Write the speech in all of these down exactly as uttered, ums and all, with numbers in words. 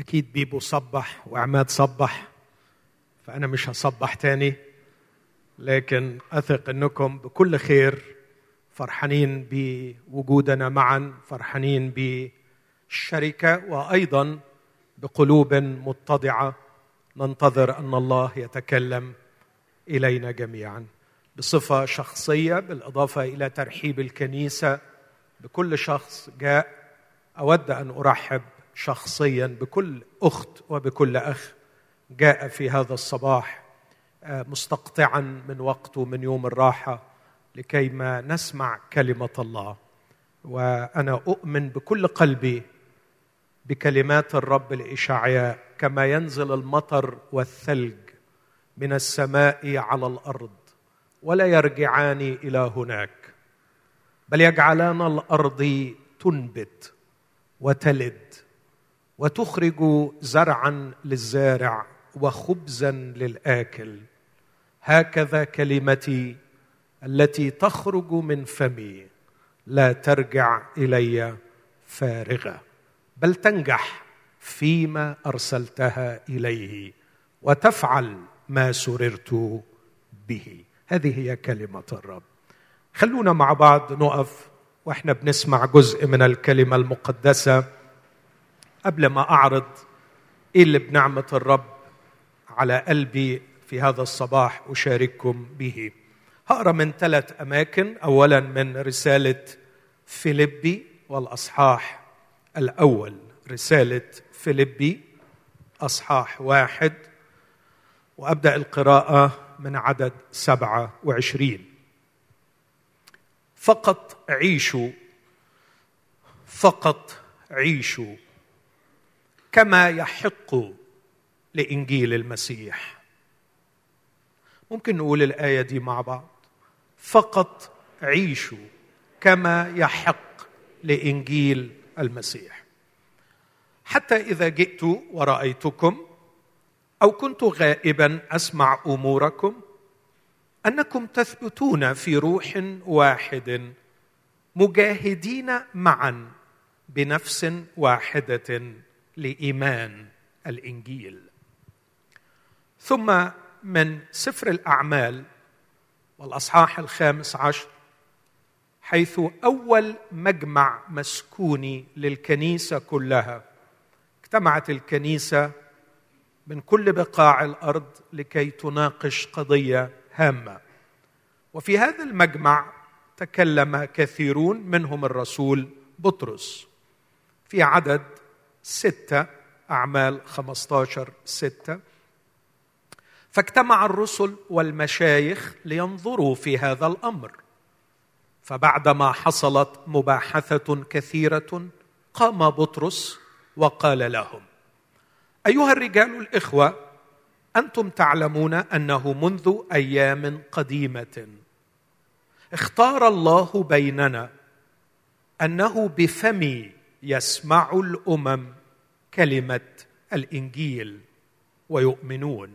أكيد بيبو صبح وعماد صبح، فأنا مش هصبح تاني، لكن أثق أنكم بكل خير، فرحانين بوجودنا معا، فرحانين بالشركة، وأيضا بقلوب متضعة ننتظر أن الله يتكلم إلينا جميعا بصفة شخصية، بالإضافة إلى ترحيب الكنيسة بكل شخص جاء. أود أن أرحب شخصيا بكل أخت وبكل أخ جاء في هذا الصباح مستقطعا من وقته من يوم الراحة لكي ما نسمع كلمة الله. وأنا أؤمن بكل قلبي بكلمات الرب لإشعياء: كما ينزل المطر والثلج من السماء على الأرض ولا يرجعان إلى هناك، بل يجعلان الأرض تنبت وتلد وتخرج زرعا للزارع وخبزا للآكل، هكذا كلمتي التي تخرج من فمي لا ترجع إلي فارغة، بل تنجح فيما أرسلتها إليه وتفعل ما سررت به. هذه هي كلمة الرب. خلونا مع بعض نقف وإحنا بنسمع جزء من الكلمة المقدسة قبل ما أعرض إيه اللي بنعمة الرب على قلبي في هذا الصباح أشارككم به. هقرأ من ثلاث أماكن. أولا من رسالة فيليبي والأصحاح الأول، رسالة فيليبي أصحاح واحد، وأبدأ القراءة من عدد سبعة وعشرين. فقط عيشوا فقط عيشوا كما يحق لإنجيل المسيح. ممكن نقول الآية دي مع بعض؟ فقط عيشوا كما يحق لإنجيل المسيح، حتى إذا جئت ورأيتكم أو كنت غائبا أسمع أموركم أنكم تثبتون في روح واحد مجاهدين معا بنفس واحدة لإيمان الإنجيل. ثم من سفر الأعمال والأصحاح الخامس عشر، حيث أول مجمع مسكوني للكنيسة كلها، اجتمعت الكنيسة من كل بقاع الأرض لكي تناقش قضية هامة. وفي هذا المجمع تكلم كثيرون، منهم الرسول بطرس، في عدد ستة، أعمال خمسة عشر ستة. فاجتمع الرسل والمشايخ لينظروا في هذا الأمر، فبعدما حصلت مباحثة كثيرة قام بطرس وقال لهم: أيها الرجال الإخوة، أنتم تعلمون أنه منذ أيام قديمة اختار الله بيننا أنه بفمي يسمع الأمم كلمة الإنجيل ويؤمنون،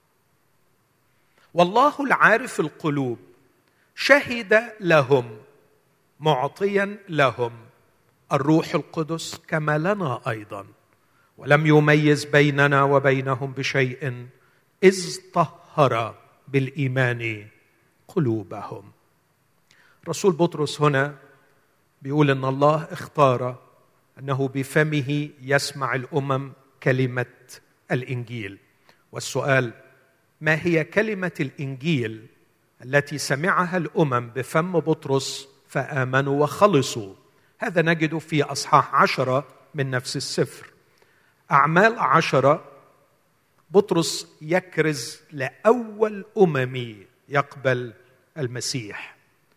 والله العارف القلوب شهد لهم معطيا لهم الروح القدس كما لنا أيضا، ولم يميز بيننا وبينهم بشيء إذ طهر بالإيمان قلوبهم. رسول بطرس هنا بيقول أن الله اختار أنه بفمه يسمع الأمم كلمة الإنجيل. والسؤال: ما هي كلمة الإنجيل التي سمعها الأمم بفم بطرس فآمنوا وخلصوا؟ هذا نجد في أصحاح عشرة من نفس السفر. أعمال عشرة، بطرس يكرز لأول أممي يقبل المسيح.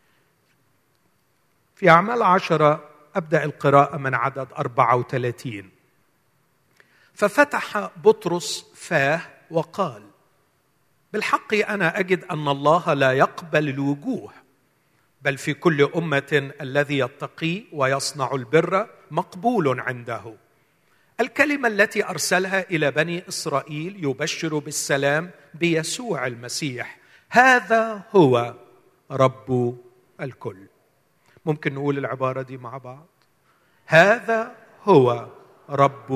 في أعمال عشرة أبدأ القراءة من عدد أربعة وثلاثين. ففتح بطرس فاه وقال: بالحق أنا أجد أن الله لا يقبل الوجوه، بل في كل أمة الذي يتقي ويصنع البر مقبول عنده. الكلمة التي أرسلها إلى بني إسرائيل يبشر بالسلام بيسوع المسيح، هذا هو رب الكل. ممكن نقول العبارة دي مع بعض؟ هذا هو رب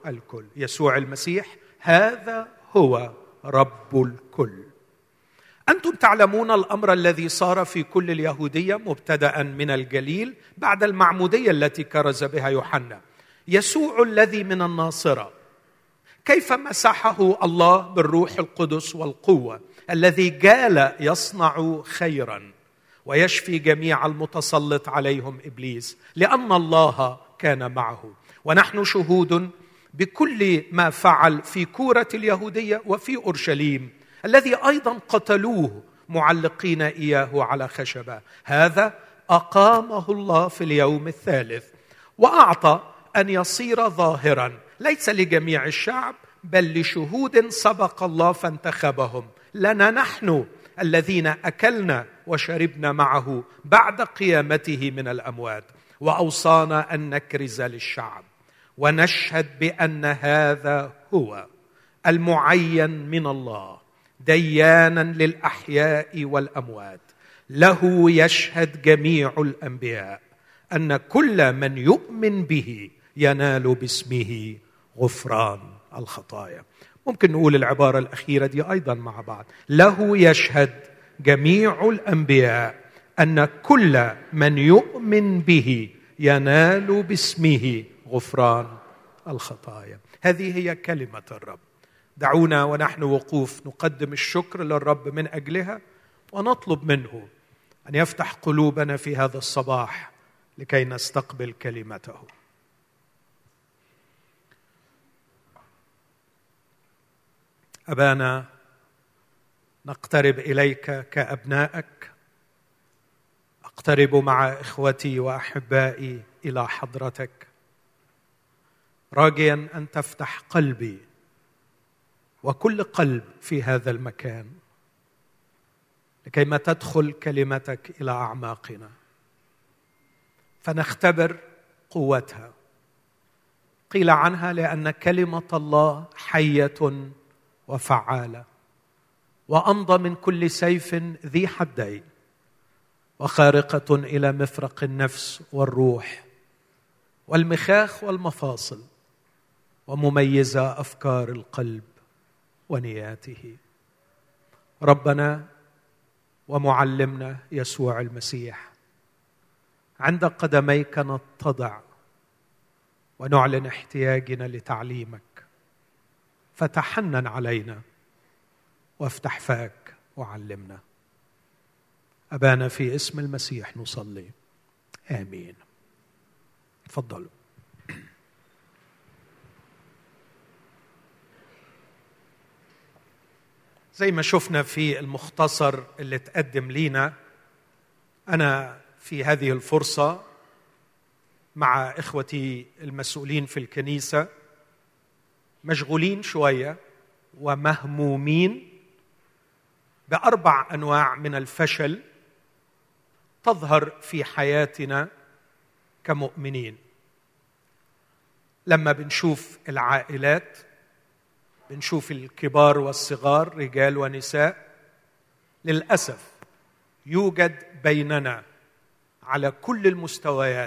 الكل. يسوع المسيح هذا هو رب الكل. أنتم تعلمون الأمر الذي صار في كل اليهودية مبتدأ من الجليل بعد المعمودية التي كرز بها يوحنا. يسوع الذي من الناصرة كيف مسحه الله بالروح القدس والقوة، الذي جال يصنع خيرا ويشفي جميع المتسلط عليهم إبليس، لأن الله كان معه. ونحن شهود بكل ما فعل في كورة اليهودية وفي أورشليم، الذي أيضا قتلوه معلقين إياه على خشبة. هذا أقامه الله في اليوم الثالث وأعطى أن يصير ظاهرا ليس لجميع الشعب بل لشهود سبق الله فانتخبهم، لنا نحن الذين أكلنا وشربنا معه بعد قيامته من الأموات، وأوصانا أن نكرز للشعب ونشهد بأن هذا هو المعين من الله ديانا للأحياء والأموات. له يشهد جميع الأنبياء أن كل من يؤمن به ينال باسمه غفران الخطايا. ممكن نقول العبارة الأخيرة دي أيضا مع بعض. له يشهد جميع الأنبياء أن كل من يؤمن به ينال باسمه غفران الخطايا. هذه هي كلمة الرب. دعونا ونحن وقوف نقدم الشكر للرب من أجلها، ونطلب منه أن يفتح قلوبنا في هذا الصباح لكي نستقبل كلمته. أبانا، نقترب إليك كأبنائك، أقترب مع إخوتي وأحبائي إلى حضرتك راجيا أن تفتح قلبي وكل قلب في هذا المكان لكيما تدخل كلمتك إلى أعماقنا فنختبر قوتها. قيل عنها لأن كلمة الله حية وفعالة وأمضى من كل سيف ذي حدين وخارقة إلى مفرق النفس والروح والمخاخ والمفاصل ومميزة أفكار القلب ونياته. ربنا ومعلمنا يسوع المسيح، عند قدميك نتضع ونعلن احتياجنا لتعليمك، فتحنن علينا وافتح فاك وعلمنا. أبانا في اسم المسيح نصلي، آمين. تفضلوا. زي ما شفنا في المختصر اللي تقدم لينا، أنا في هذه الفرصة مع إخوتي المسؤولين في الكنيسة مشغولين شوية ومهمومين بأربع أنواع من الفشل تظهر في حياتنا كمؤمنين. لما بنشوف العائلات، بنشوف الكبار والصغار، رجال ونساء، للأسف يوجد بيننا على كل المستويات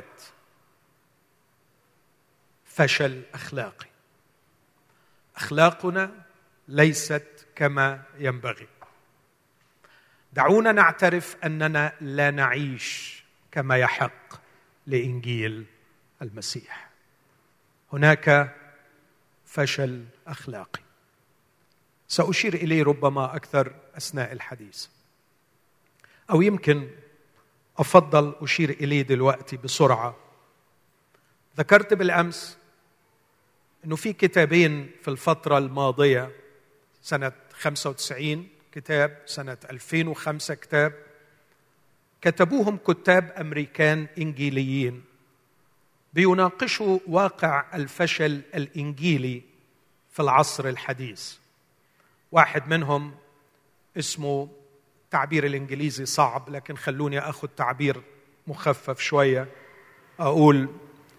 فشل أخلاقي. أخلاقنا ليست كما ينبغي. دعونا نعترف أننا لا نعيش كما يحق لإنجيل المسيح. هناك فشل أخلاقي سأشير إليه ربما أكثر أثناء الحديث، أو يمكن أفضل أشير إليه دلوقتي بسرعة. ذكرت بالأمس أنه في كتابين في الفترة الماضية، سنة خمسة وتسعين كتاب، سنة ألفين وخمسة كتاب، كتبوهم كتاب أمريكان إنجيليين بيناقشوا واقع الفشل الإنجيلي في العصر الحديث. واحد منهم اسمه، تعبير الإنجليزي صعب لكن خلوني أخذ تعبير مخفف شوية، أقول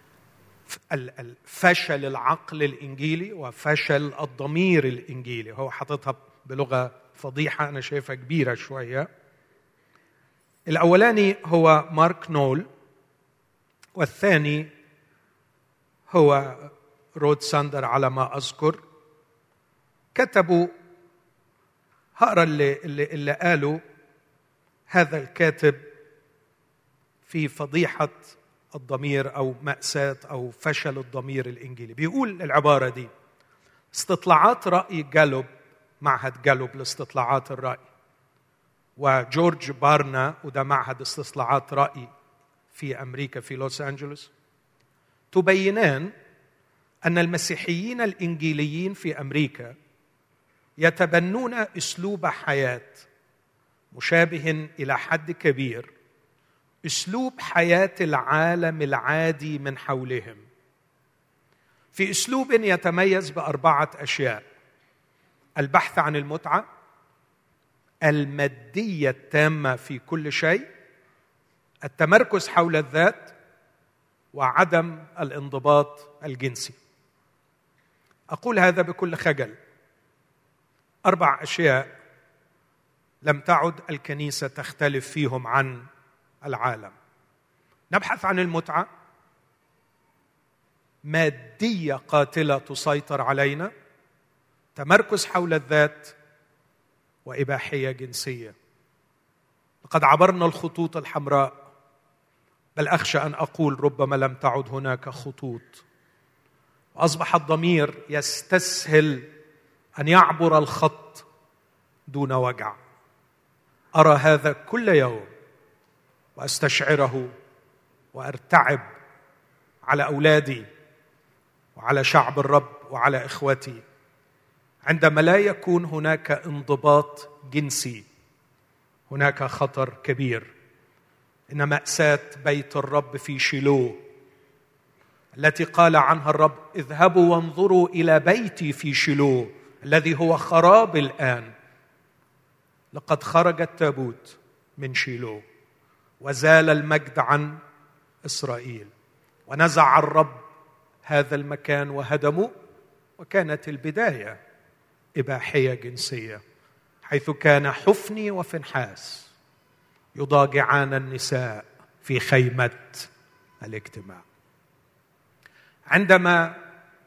فشل العقل الإنجيلي وفشل الضمير الإنجيلي. هو حاططها بلغة فضيحة أنا شايفها كبيرة شوية. الأولاني هو مارك نول، والثاني هو رود ساندر على ما أذكر، كتبوا، هقرأ اللي, اللي, اللي قالوا هذا الكاتب في فضيحة الضمير أو مأساة أو فشل الضمير الإنجيلي. بيقول العبارة دي: استطلاعات رأي جالوب، معهد جالوب لاستطلاعات الرأي، وجورج بارنا، وده معهد استطلاعات رأي في أمريكا في لوس أنجلوس، تبينان أن المسيحيين الإنجيليين في أمريكا يتبنون أسلوب حياة مشابه إلى حد كبير أسلوب حياة العالم العادي من حولهم، في أسلوب يتميز بأربعة أشياء: البحث عن المتعة، المادية التامة في كل شيء، التمركز حول الذات، وعدم الانضباط الجنسي. أقول هذا بكل خجل، أربع أشياء لم تعد الكنيسة تختلف فيهم عن العالم. نبحث عن المتعة، مادية قاتلة تسيطر علينا، تمركز حول الذات، وإباحية جنسية. لقد عبرنا الخطوط الحمراء، بل أخشى أن أقول ربما لم تعد هناك خطوط، وأصبح الضمير يستسهل أن يعبر الخط دون وجع. أرى هذا كل يوم وأستشعره وأرتعب على أولادي وعلى شعب الرب وعلى إخوتي. عندما لا يكون هناك انضباط جنسي هناك خطر كبير. إن مأساة بيت الرب في شيلوه التي قال عنها الرب: اذهبوا وانظروا إلى بيتي في شيلوه الذي هو خراب الآن. لقد خرج التابوت من شيلوه وزال المجد عن إسرائيل، ونزع الرب هذا المكان وهدمه، وكانت البداية إباحية جنسية، حيث كان حفني وفنحاس يضاجعان النساء في خيمة الاجتماع. عندما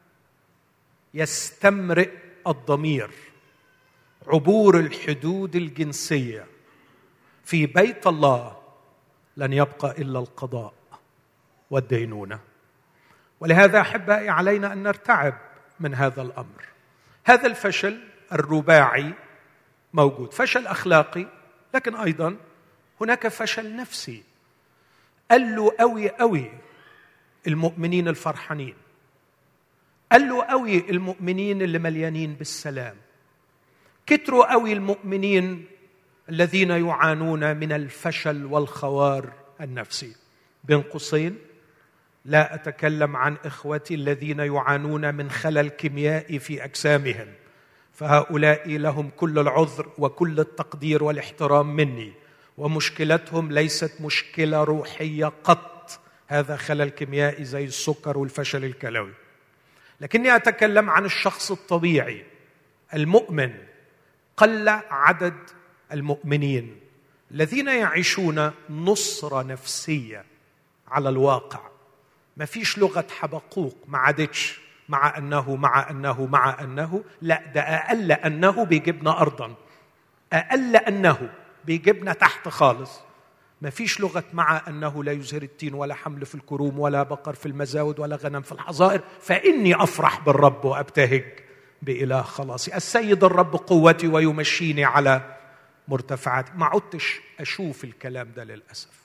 يستمرئ الضمير عبور الحدود الجنسية في بيت الله لن يبقى إلا القضاء والدينونة. ولهذا أحبائي علينا أن نرتعب من هذا الأمر. هذا الفشل الرباعي موجود، فشل أخلاقي، لكن أيضا هناك فشل نفسي. قالوا قوي قوي المؤمنين الفرحانين، قالوا قوي المؤمنين اللي مليانين بالسلام، كتروا قوي المؤمنين الذين يعانون من الفشل والخوار النفسي. بين قوسين، لا أتكلم عن إخوتي الذين يعانون من خلل كيميائي في أجسامهم، فهؤلاء لهم كل العذر وكل التقدير والاحترام مني، ومشكلتهم ليست مشكلة روحية قط، هذا خلل كيميائي زي السكر والفشل الكلوي. لكني أتكلم عن الشخص الطبيعي المؤمن. قل عدد المؤمنين الذين يعيشون نصرة نفسية على الواقع. ما فيش لغة حبقوق، ما عادتش مع أنه مع أنه مع أنه، لا، ده أقل أنه بيجيبنا أرضا، أقل أنه بيجيبنا تحت خالص. ما فيش لغة مع أنه لا يزهر التين ولا حمل في الكروم ولا بقر في المزاود ولا غنم في الحظائر، فإني أفرح بالرب وأبتهج بإله خلاصي. السيد الرب قوتي ويمشيني على مرتفعات. ما عدتش أشوف الكلام ده للأسف.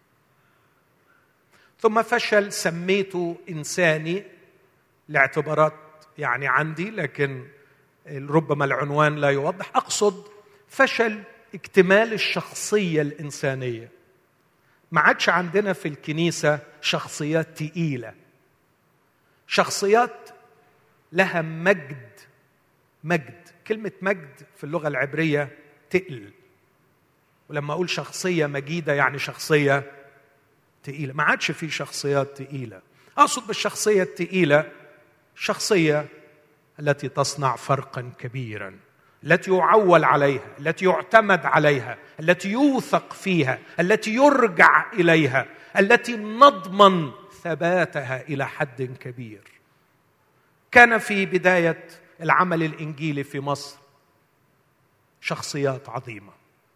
ثم فشل سميته إنساني لاعتبارات يعني عندي، لكن ربما العنوان لا يوضح. أقصد فشل اكتمال الشخصية الإنسانية. ما عادش عندنا في الكنيسة شخصيات تقيلة، شخصيات لها مجد. مجد، كلمة مجد في اللغة العبرية تقل، ولما أقول شخصية مجيدة يعني شخصية تقيلة. ما عادش في شخصيات تقيلة. أقصد بالشخصية التقيلة الشخصية التي تصنع فرقا كبيرا، التي يعول عليها، التي يعتمد عليها، التي يوثق فيها، التي يرجع إليها، التي نضمن ثباتها إلى حد كبير. كان في بداية العمل الإنجيلي في مصر شخصيات عظيمة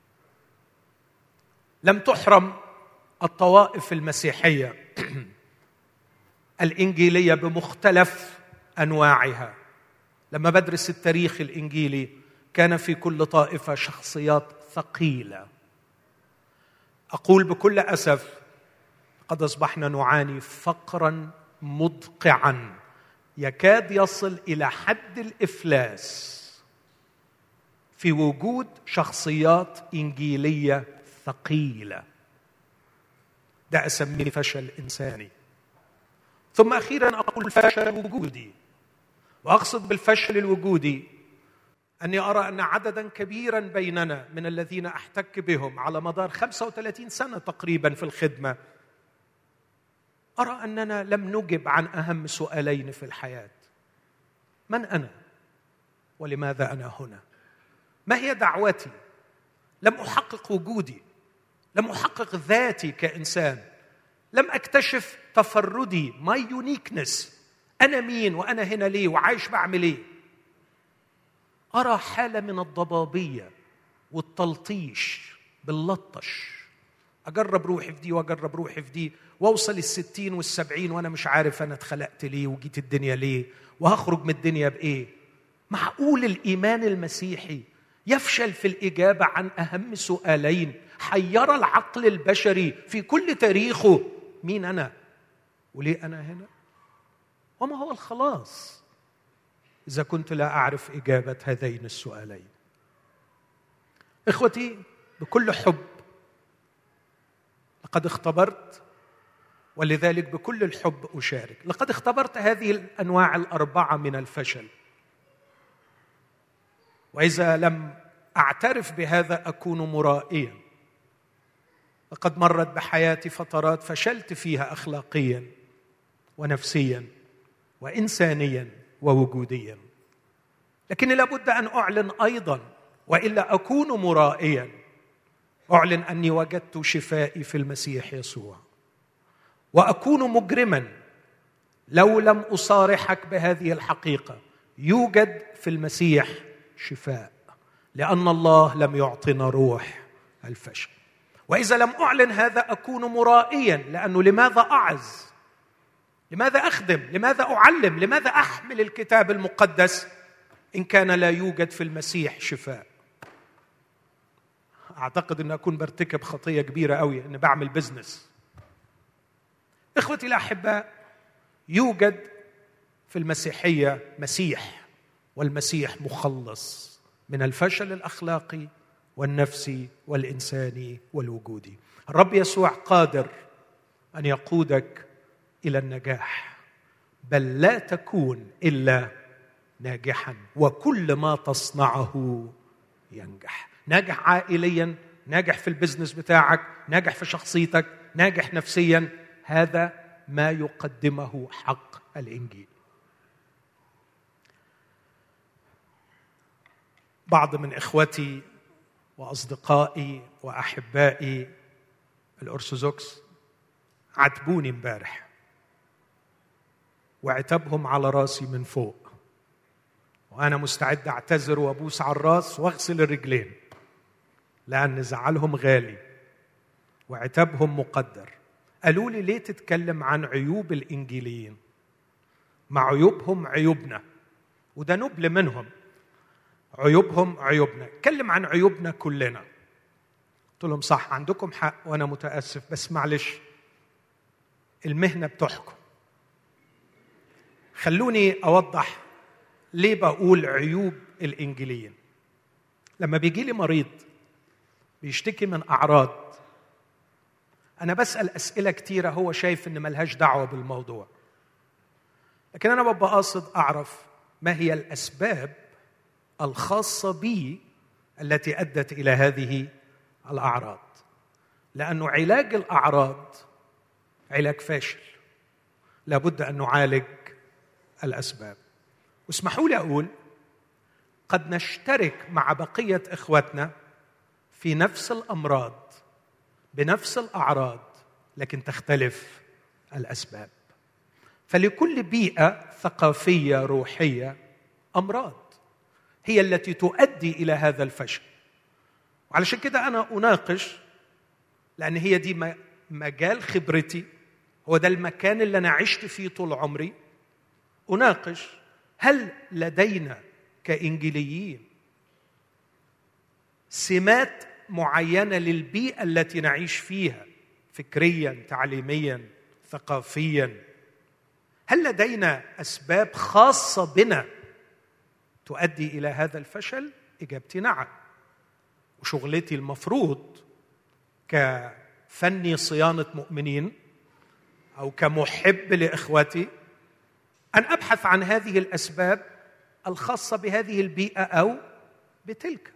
لم تحرم الطوائف المسيحية الإنجيلية بمختلف أنواعها. لما بدرس التاريخ الإنجيلي كان في كل طائفة شخصيات ثقيلة. أقول بكل أسف قد أصبحنا نعاني فقراً مدقعاً يكاد يصل إلى حد الإفلاس في وجود شخصيات إنجيلية ثقيلة. ده أسميه فشل إنساني. ثم أخيراً أقول فشل وجودي، وأقصد بالفشل الوجودي أني أرى أن عدداً كبيراً بيننا من الذين أحتك بهم على مدار خمسة وثلاثين سنة تقريباً في الخدمة، أرى أننا لم نجب عن أهم سؤالين في الحياة: من أنا؟ ولماذا أنا هنا؟ ما هي دعوتي؟ لم أحقق وجودي، لم أحقق ذاتي كإنسان، لم أكتشف تفردي my uniqueness. أنا مين وأنا هنا ليه وعايش بعمل إيه؟ أرى حالة من الضبابية والتلطيش باللطش. أجرب روحي في دي وأجرب روحي في دي وأوصل الستين والسبعين وأنا مش عارف أنا اتخلقت ليه وجيت الدنيا ليه وهخرج من الدنيا بإيه. معقول الإيمان المسيحي يفشل في الإجابة عن أهم سؤالين حير العقل البشري في كل تاريخه: مين أنا؟ وليه أنا هنا؟ وما هو الخلاص إذا كنت لا أعرف إجابة هذين السؤالين؟ إخوتي، بكل حب، لقد اختبرت، ولذلك بكل الحب أشارك، لقد اختبرت هذه الأنواع الأربعة من الفشل. وإذا لم أعترف بهذا أكون مرائيا. لقد مرت بحياتي فترات فشلت فيها أخلاقيا ونفسيا وإنسانيا ووجوديا، لكن لابد أن أعلن أيضا، وإلا أكون مرائيا، أعلن أني وجدت شفائي في المسيح يسوع، وأكون مجرما لو لم أصارحك بهذه الحقيقة: يوجد في المسيح شفاء، لأن الله لم يعطنا روح الفشل. وإذا لم أعلن هذا أكون مرائيا، لأنه لماذا أعظ؟ لماذا أخدم؟ لماذا أعلم؟ لماذا أحمل الكتاب المقدس إن كان لا يوجد في المسيح شفاء؟ أعتقد أن أكون برتكب خطية كبيرة قوي أن بعمل بزنس. إخوتي الأحباء، يوجد في المسيحية مسيح، والمسيح مخلص من الفشل الأخلاقي والنفسي والإنساني والوجودي. الرب يسوع قادر أن يقودك إلى النجاح، بل لا تكون إلا ناجحا، وكل ما تصنعه ينجح. ناجح عائليا، ناجح في البزنس بتاعك، ناجح في شخصيتك، ناجح نفسيا. هذا ما يقدمه حق الإنجيل. بعض من إخوتي وأصدقائي وأحبائي الأرثوذكس عاتبوني امبارح، وعتابهم على راسي من فوق، وأنا مستعد أعتذر وأبوس على الراس وأغسل الرجلين، لأن زعلهم غالي وعتابهم مقدر. قالوا لي: ليه تتكلم عن عيوب الإنجيليين؟ مع عيوبهم عيوبنا، وده نبل منهم. عيوبهم عيوبنا، اتكلم عن عيوبنا كلنا. قلت لهم: صح، عندكم حق وأنا متأسف، بس معلش، المهنة بتحكم. خلوني أوضح ليه بقول عيوب الإنجيليين. لما بيجي لي مريض بيشتكي من أعراض، أنا بسأل أسئلة كتيرة هو شايف إن ملهاش دعوة بالموضوع، لكن أنا ببقى قاصد أعرف ما هي الأسباب الخاصة بي التي أدت إلى هذه الأعراض، لأنه علاج الأعراض علاج فاشل. لابد أن نعالج الأسباب. واسمحوا لي أقول، قد نشترك مع بقية إخوتنا في نفس الأمراض بنفس الأعراض، لكن تختلف الأسباب. فلكل بيئة ثقافية روحية أمراض هي التي تؤدي إلى هذا الفشل. وعلشان كده أنا أناقش، لأن هي دي مجال خبرتي، هو ده المكان اللي أنا عشت فيه طول عمري. أناقش هل لدينا كإنجيليين سمات معينة للبيئة التي نعيش فيها فكرياً، تعليمياً، ثقافياً؟ هل لدينا أسباب خاصة بنا تؤدي إلى هذا الفشل؟ إجابتي نعم. وشغلتي المفروض كفني صيانة مؤمنين أو كمحب لإخوتي أن أبحث عن هذه الأسباب الخاصة بهذه البيئة أو بتلك.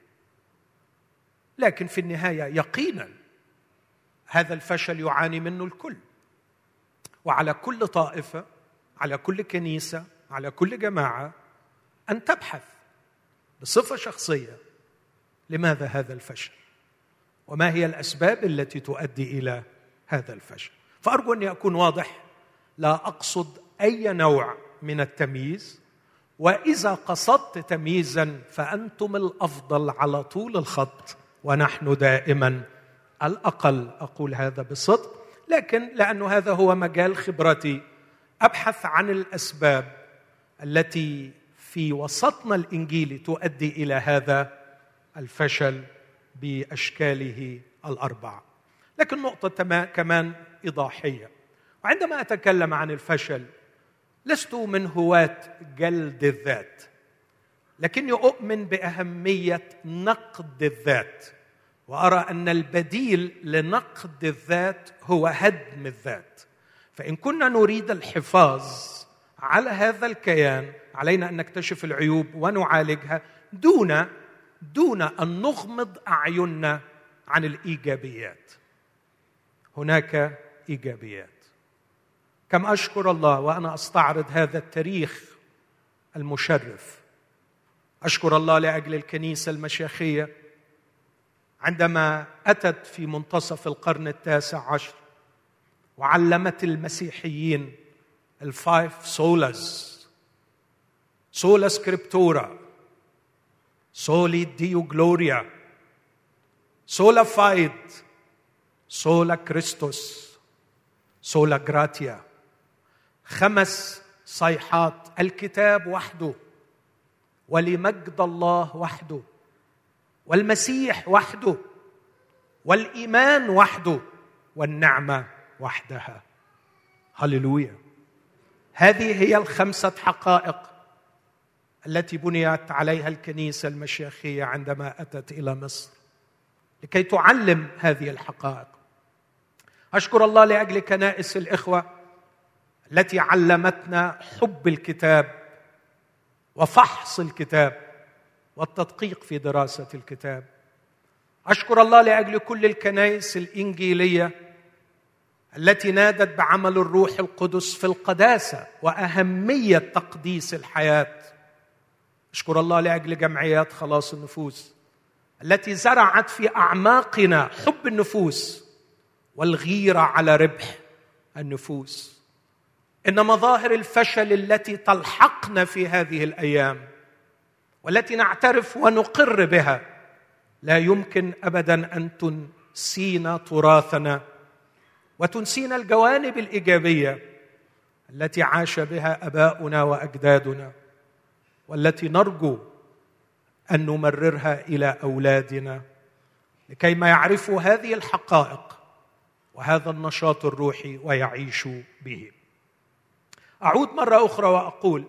لكن في النهاية يقيناً هذا الفشل يعاني منه الكل، وعلى كل طائفة، على كل كنيسة، على كل جماعة أن تبحث بصفة شخصية لماذا هذا الفشل وما هي الأسباب التي تؤدي إلى هذا الفشل. فأرجو أن أكون واضح، لا أقصد أي نوع من التمييز، وإذا قصدت تمييزاً فأنتم الأفضل على طول الخط ونحن دائماً الأقل. أقول هذا بصدق، لكن لأنه هذا هو مجال خبرتي أبحث عن الأسباب التي في وسطنا الإنجيلي تؤدي إلى هذا الفشل بأشكاله الأربعة. لكن نقطة كمان إيضاحية، وعندما أتكلم عن الفشل لست من هواة جلد الذات، لكني أؤمن بأهمية نقد الذات، وأرى أن البديل لنقد الذات هو هدم الذات. فإن كنا نريد الحفاظ على هذا الكيان علينا أن نكتشف العيوب ونعالجها دون دون أن نغمض أعيننا عن الإيجابيات. هناك إيجابيات. كم أشكر الله وأنا أستعرض هذا التاريخ المشرف. أشكر الله لأجل الكنيسة المشيخية عندما أتت في منتصف القرن التاسع عشر وعلمت المسيحيين الفايف سولاز، سولا سكريبتورا، سولي ديو جلوريا، سولا فايد، سولا كريستوس، سولا جراتيا. خمس صيحات: الكتاب وحده، ولمجد الله وحده، والمسيح وحده، والإيمان وحده، والنعمة وحدها. هللويا. هذه هي الخمسة حقائق التي بنيت عليها الكنيسة المشيخية عندما أتت إلى مصر لكي تعلم هذه الحقائق. أشكر الله لأجل كنائس الإخوة التي علمتنا حب الكتاب وفحص الكتاب والتدقيق في دراسة الكتاب. أشكر الله لأجل كل الكنائس الإنجيلية التي نادت بعمل الروح القدس في القداسة وأهمية تقديس الحياة. أشكر الله لأجل جمعيات خلاص النفوس التي زرعت في أعماقنا حب النفوس والغيرة على ربح النفوس. إن مظاهر الفشل التي تلحقنا في هذه الأيام والتي نعترف ونقر بها لا يمكن أبداً أن تنسينا تراثنا وتنسينا الجوانب الإيجابية التي عاش بها آباؤنا وأجدادنا، والتي نرجو أن نمررها إلى أولادنا لكي ما يعرفوا هذه الحقائق وهذا النشاط الروحي ويعيشوا به. أعود مرة أخرى وأقول،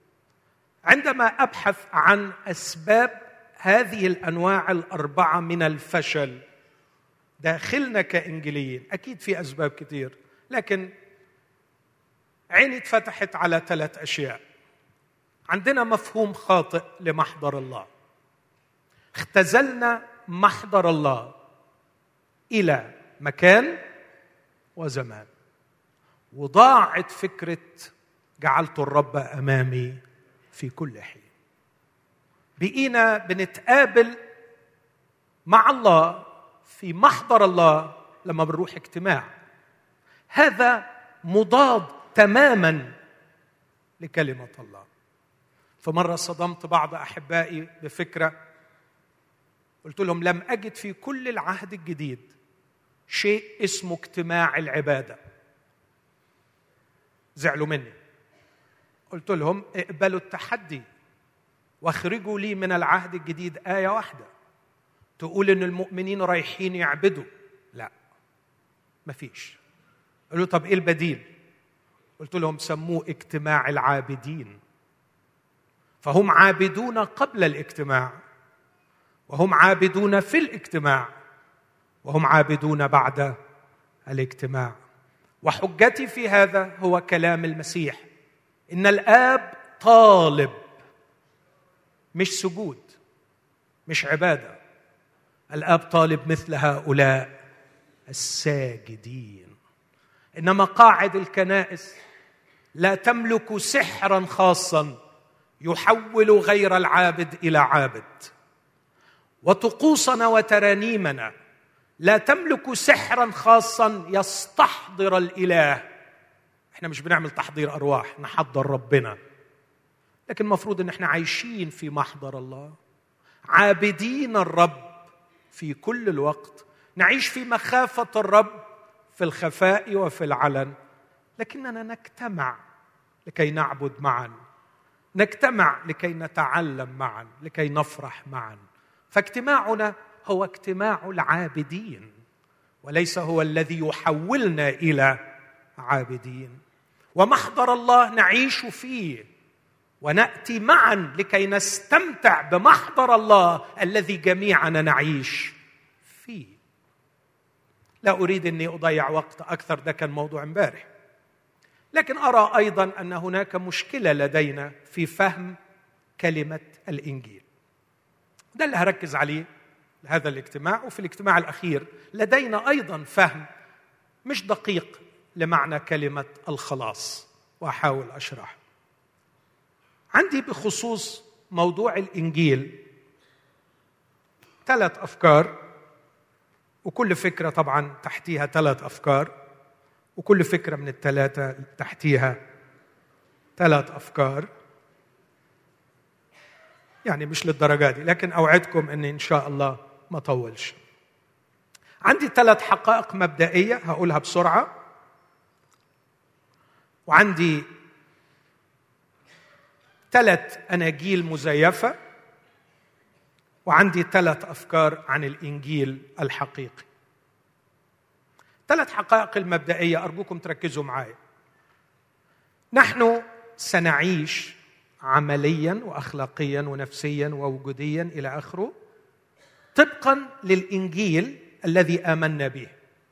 عندما أبحث عن أسباب هذه الأنواع الأربعة من الفشل داخلنا كإنجيليين، أكيد في أسباب كتير، لكن عيني اتفتحت على ثلاث أشياء. عندنا مفهوم خاطئ لمحضر الله. اختزلنا محضر الله إلى مكان وزمان، وضاعت فكرة جعلت الرب أمامي في كل حين. بقينا بنتقابل مع الله في محضر الله لما بنروح اجتماع. هذا مضاد تماما لكلمة الله. فمرة صدمت بعض أحبائي بفكرة، قلت لهم لم أجد في كل العهد الجديد شيء اسمه اجتماع العبادة. زعلوا مني. قلت لهم اقبلوا التحدي واخرجوا لي من العهد الجديد آية واحدة تقول إن المؤمنين رايحين يعبدوا. لا، مفيش. قالوا طب إيه البديل؟ قلت لهم سموه اجتماع العابدين. فهم عابدون قبل الاجتماع، وهم عابدون في الاجتماع، وهم عابدون بعد الاجتماع. وحجتي في هذا هو كلام المسيح، إن الآب طالب، مش سجود، مش عبادة. الآب طالب مثل هؤلاء الساجدين. إن مقاعد الكنائس لا تملك سحرا خاصا يحول غير العابد إلى عابد، وطقوسنا وترانيمنا لا تملك سحرا خاصا يستحضر الإله. احنا مش بنعمل تحضير أرواح، نحضر ربنا، لكن المفروض ان احنا عايشين في محضر الله، عابدين الرب في كل الوقت، نعيش في مخافة الرب في الخفاء وفي العلن، لكننا نجتمع لكي نعبد معا، نجتمع لكي نتعلم معا، لكي نفرح معا. فاجتماعنا هو اجتماع العابدين، وليس هو الذي يحولنا إلى عابدين. ومحضر الله نعيش فيه ونأتي معا لكي نستمتع بمحضر الله الذي جميعنا نعيش فيه. لا أريد أني أضيع وقت أكثر، ده كان موضوع امبارح، لكن أرى أيضا أن هناك مشكلة لدينا في فهم كلمة الإنجيل. ده اللي هركز عليه هذا الاجتماع. وفي الاجتماع الأخير لدينا أيضا فهم مش دقيق لمعنى كلمة الخلاص، وأحاول أشرح. عندي بخصوص موضوع الإنجيل ثلاث أفكار، وكل فكرة طبعا تحتيها ثلاث أفكار، وكل فكرة من الثلاثة تحتيها ثلاث أفكار. يعني مش للدرجة دي، لكن أوعدكم أني إن شاء الله ما طولش. عندي ثلاث حقائق مبدئية هقولها بسرعة، وعندي ثلاث أناجيل مزيفة، وعندي ثلاث أفكار عن الإنجيل الحقيقي. ثلاث حقائق المبدئية أرجوكم تركزوا معايا. نحن سنعيش عملياً وأخلاقياً ونفسياً ووجودياً إلى آخره طبقاً للإنجيل الذي آمنا به.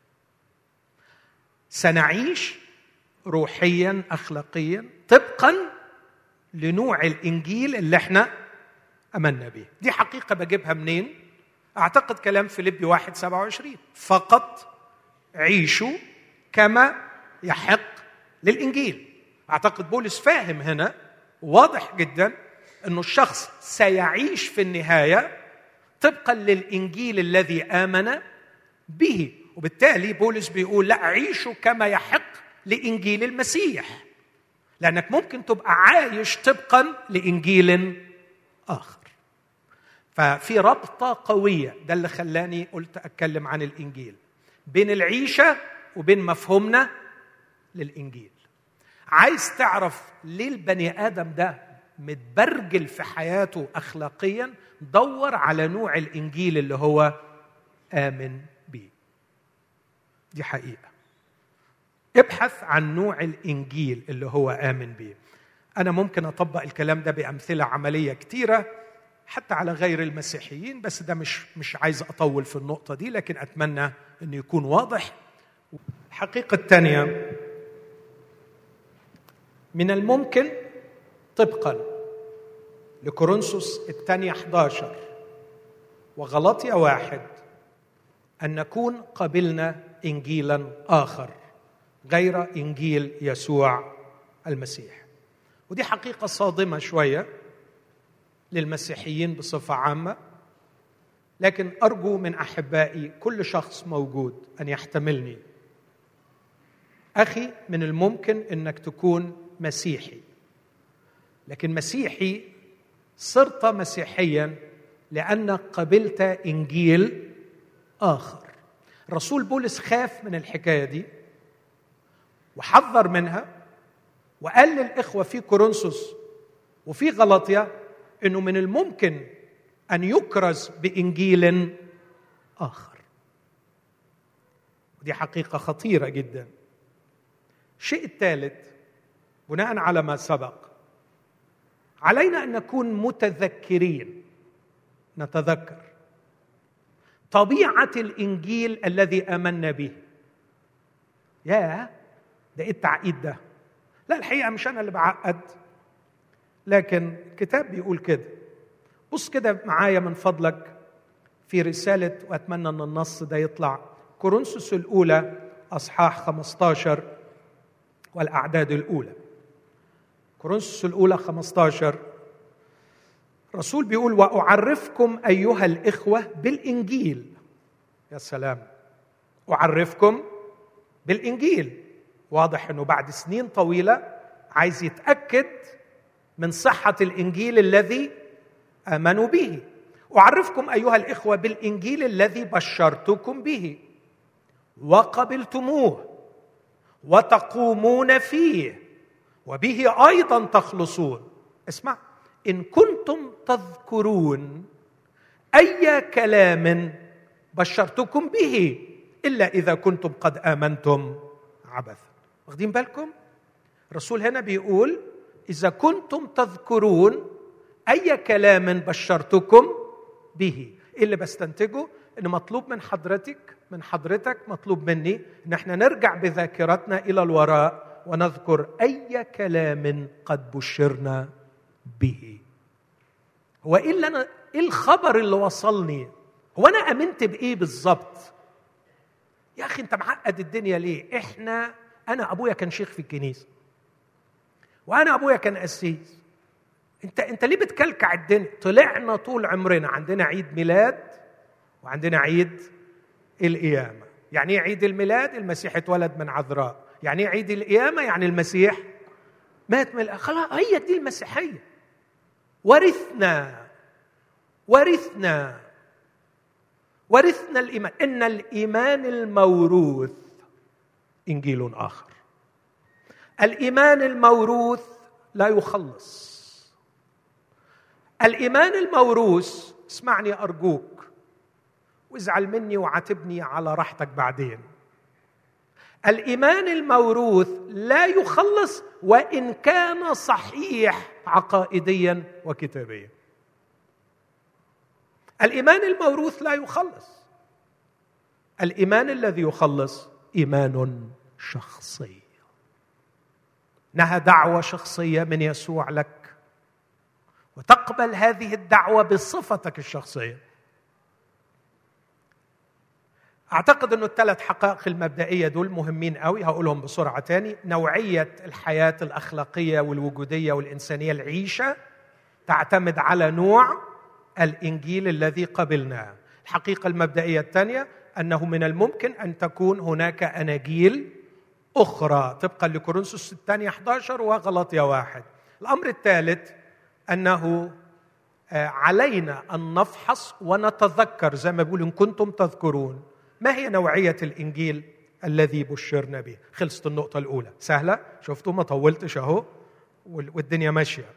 سنعيش روحياً أخلاقياً طبقاً لنوع الإنجيل اللي احنا آمنا به. دي حقيقة بجيبها منين؟ أعتقد كلام فيليبي واحد سبعة وعشرين، فقط عيشوا كما يحق للإنجيل. أعتقد بولس فاهم هنا واضح جدا أنه الشخص سيعيش في النهاية طبقا للإنجيل الذي آمن به، وبالتالي بولس بيقول لا، عيشوا كما يحق لإنجيل المسيح، لأنك ممكن تبقى عايش طبقا لإنجيل آخر. ففي ربطة قوية، ده اللي خلاني قلت أتكلم عن الإنجيل، بين العيشة وبين مفهومنا للإنجيل. عايز تعرف ليه البني آدم ده متبرجل في حياته أخلاقيا؟ دور على نوع الإنجيل اللي هو آمن به. دي حقيقة. ابحث عن نوع الإنجيل اللي هو آمن به. أنا ممكن أطبق الكلام ده بأمثلة عملية كتيرة حتى على غير المسيحيين، بس ده مش مش عايز أطول في النقطة دي، لكن أتمنى أن يكون واضح. الحقيقة الثانية، من الممكن طبقا لكورنثوس الثانية أحد عشر وغلاطيا واحد أن نكون قبلنا إنجيلا آخر غير إنجيل يسوع المسيح. ودي حقيقة صادمة شوية للمسيحيين بصفة عامة، لكن أرجو من أحبائي كل شخص موجود أن يحتملني. أخي، من الممكن أنك تكون مسيحي لكن مسيحي صرت مسيحيا لأنك قبلت إنجيل آخر. الرسول بولس خاف من الحكاية دي وحذر منها، وقال للإخوة في كورنثوس وفي غلاطيا إنه من الممكن أن يكرز بإنجيل آخر. ودي حقيقة خطيرة جدا. الشيء الثالث بناء على ما سبق، علينا أن نكون متذكرين، نتذكر طبيعة الإنجيل الذي آمنا به. يا ده إيه التعقيد ده؟ لا الحقيقة مش أنا اللي بعقد، لكن الكتاب بيقول كده. بص كده معايا من فضلك في رسالة، وأتمنى أن النص ده يطلع، كورنثوس الأولى أصحاح خمسة عشر والأعداد الأولى. كورنثوس الأولى خمسة عشر، الرسول بيقول: وأعرفكم أيها الإخوة بالإنجيل. يا سلام، أعرفكم بالإنجيل. واضح أنه بعد سنين طويلة عايز يتأكد من صحة الإنجيل الذي آمنوا به. أعرفكم أيها الإخوة بالإنجيل الذي بشرتكم به وقبلتموه وتقومون فيه وبه أيضا تخلصون. اسمع: إن كنتم تذكرون أي كلام بشرتكم به إلا إذا كنتم قد آمنتم عبثا. واخدين بالكم؟ الرسول هنا بيقول إذا كنتم تذكرون أي كلام بشرتكم به. إيه اللي بستنتجه؟ إن مطلوب من حضرتك من حضرتك مطلوب مني إن احنا نرجع بذاكرتنا إلى الوراء ونذكر أي كلام قد بشرنا به. هو إيه اللي أنا إيه الخبر اللي وصلني؟ هو أنا آمنت بإيه بالضبط؟ يا أخي أنت معقد الدنيا ليه؟ إحنا أنا أبويا كان شيخ في الكنيسة، وأنا أبويا كان قسيس. أنت أنت ليه بتكلكع الدنيا؟ طلعنا طول عمرنا عندنا عيد ميلاد وعندنا عيد القيامة. يعني إيه عيد الميلاد؟ المسيح اتولد من عذراء. يعني إيه عيد القيامة؟ يعني المسيح مات من خلاص. هي دي المسيحية. ورثنا ورثنا ورثنا الإيمان. إن الإيمان الموروث إنجيل آخر. الإيمان الموروث لا يخلص. الإيمان الموروث، اسمعني أرجوك وازعل مني وعاتبني على راحتك بعدين، الإيمان الموروث لا يخلص وإن كان صحيح عقائديا وكتابيا. الإيمان الموروث لا يخلص. الإيمان الذي يخلص إيمان شخصي، إنها دعوة شخصية من يسوع لك، وتقبل هذه الدعوة بصفتك الشخصية. أعتقد أنه الثلاث حقائق المبدئية دول مهمين قوي، هقولهم بسرعة تاني. نوعية الحياة الأخلاقية والوجودية والإنسانية، العيشة تعتمد على نوع الإنجيل الذي قبلناه. الحقيقة المبدئية الثانية أنه من الممكن أن تكون هناك أناجيل أخرى طبقا لكورنثوس الثانية أحد عشر وغلاطيا واحد. الأمر الثالث أنه علينا أن نفحص ونتذكر، زي ما بيقول إن كنتم تذكرون، ما هي نوعية الإنجيل الذي بشرنا به. خلصت النقطة الأولى، سهلة، شفتوا ما طولتش أهو والدنيا ماشية.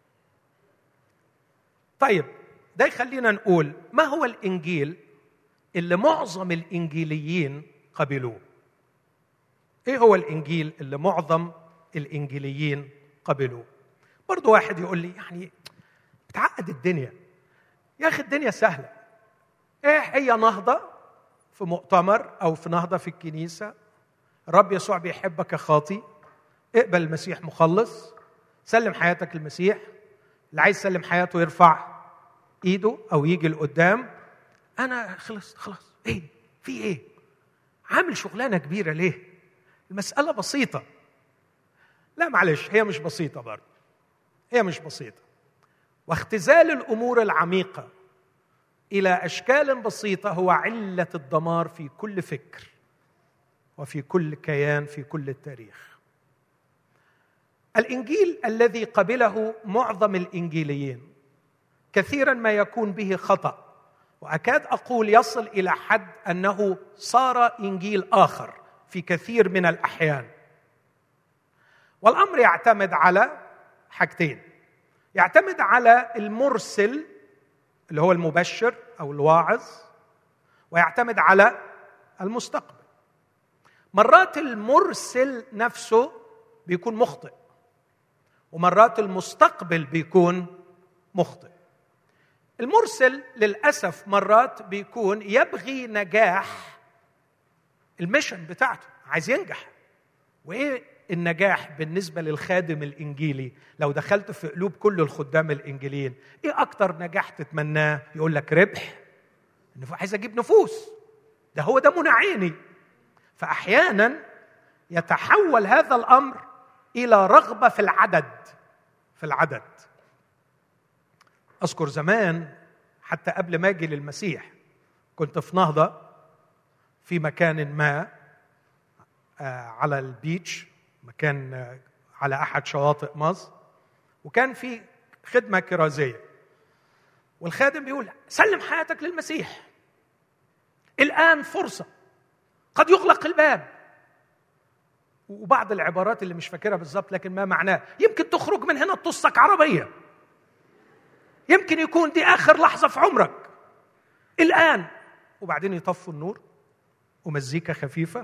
طيب ده يخلينا نقول ما هو الإنجيل اللي معظم الإنجيليين قبلوه؟ إيه هو الإنجيل اللي معظم الإنجيليين قبلوه؟ برضو واحد يقول لي يعني بتعقد الدنيا يا أخي، الدنيا سهلة. إيه هي نهضة في مؤتمر أو في نهضة في الكنيسة؟ الرب يسوع بيحبك يا خاطي، اقبل المسيح مخلص، سلم حياتك للمسيح. اللي عايز يسلم حياته يرفع إيده أو يجي لقدام. أنا خلص خلاص. إيه في إيه؟ عامل شغلانة كبيرة ليه؟ المسألة بسيطة. لا معلش، هي مش بسيطة برضه، هي مش بسيطة. واختزال الأمور العميقة إلى أشكال بسيطة هو علة الدمار في كل فكر وفي كل كيان في كل التاريخ. الإنجيل الذي قبله معظم الإنجيليين كثيرا ما يكون به خطأ، وأكاد أقول يصل إلى حد أنه صار إنجيل آخر في كثير من الأحيان. والأمر يعتمد على حاجتين: يعتمد على المرسل اللي هو المبشر أو الواعظ، ويعتمد على المستقبل. مرات المرسل نفسه بيكون مخطئ، ومرات المستقبل بيكون مخطئ. المرسل للأسف مرات بيكون يبغي نجاح الميشن بتاعته، عايز ينجح. وإيه النجاح بالنسبة للخادم الإنجيلي؟ لو دخلت في قلوب كل الخدام الإنجيليين، إيه أكتر نجاح تتمناه؟ يقول لك ربح، عايز أجيب نفوس، ده هو ده منى عيني. فأحيانا يتحول هذا الأمر إلى رغبة في العدد في العدد أذكر زمان حتى قبل ما أجي للمسيح كنت في نهضة في مكان ما على البيتش، مكان على أحد شواطئ مصر، وكان في خدمة كرازية، والخادم بيقول سلم حياتك للمسيح، الآن فرصة، قد يغلق الباب، وبعض العبارات اللي مش فاكرها بالظبط لكن ما معناه، يمكن تخرج من هنا تطصك عربية، يمكن يكون دي آخر لحظة في عمرك الآن. وبعدين يطفوا النور ومزيكا خفيفة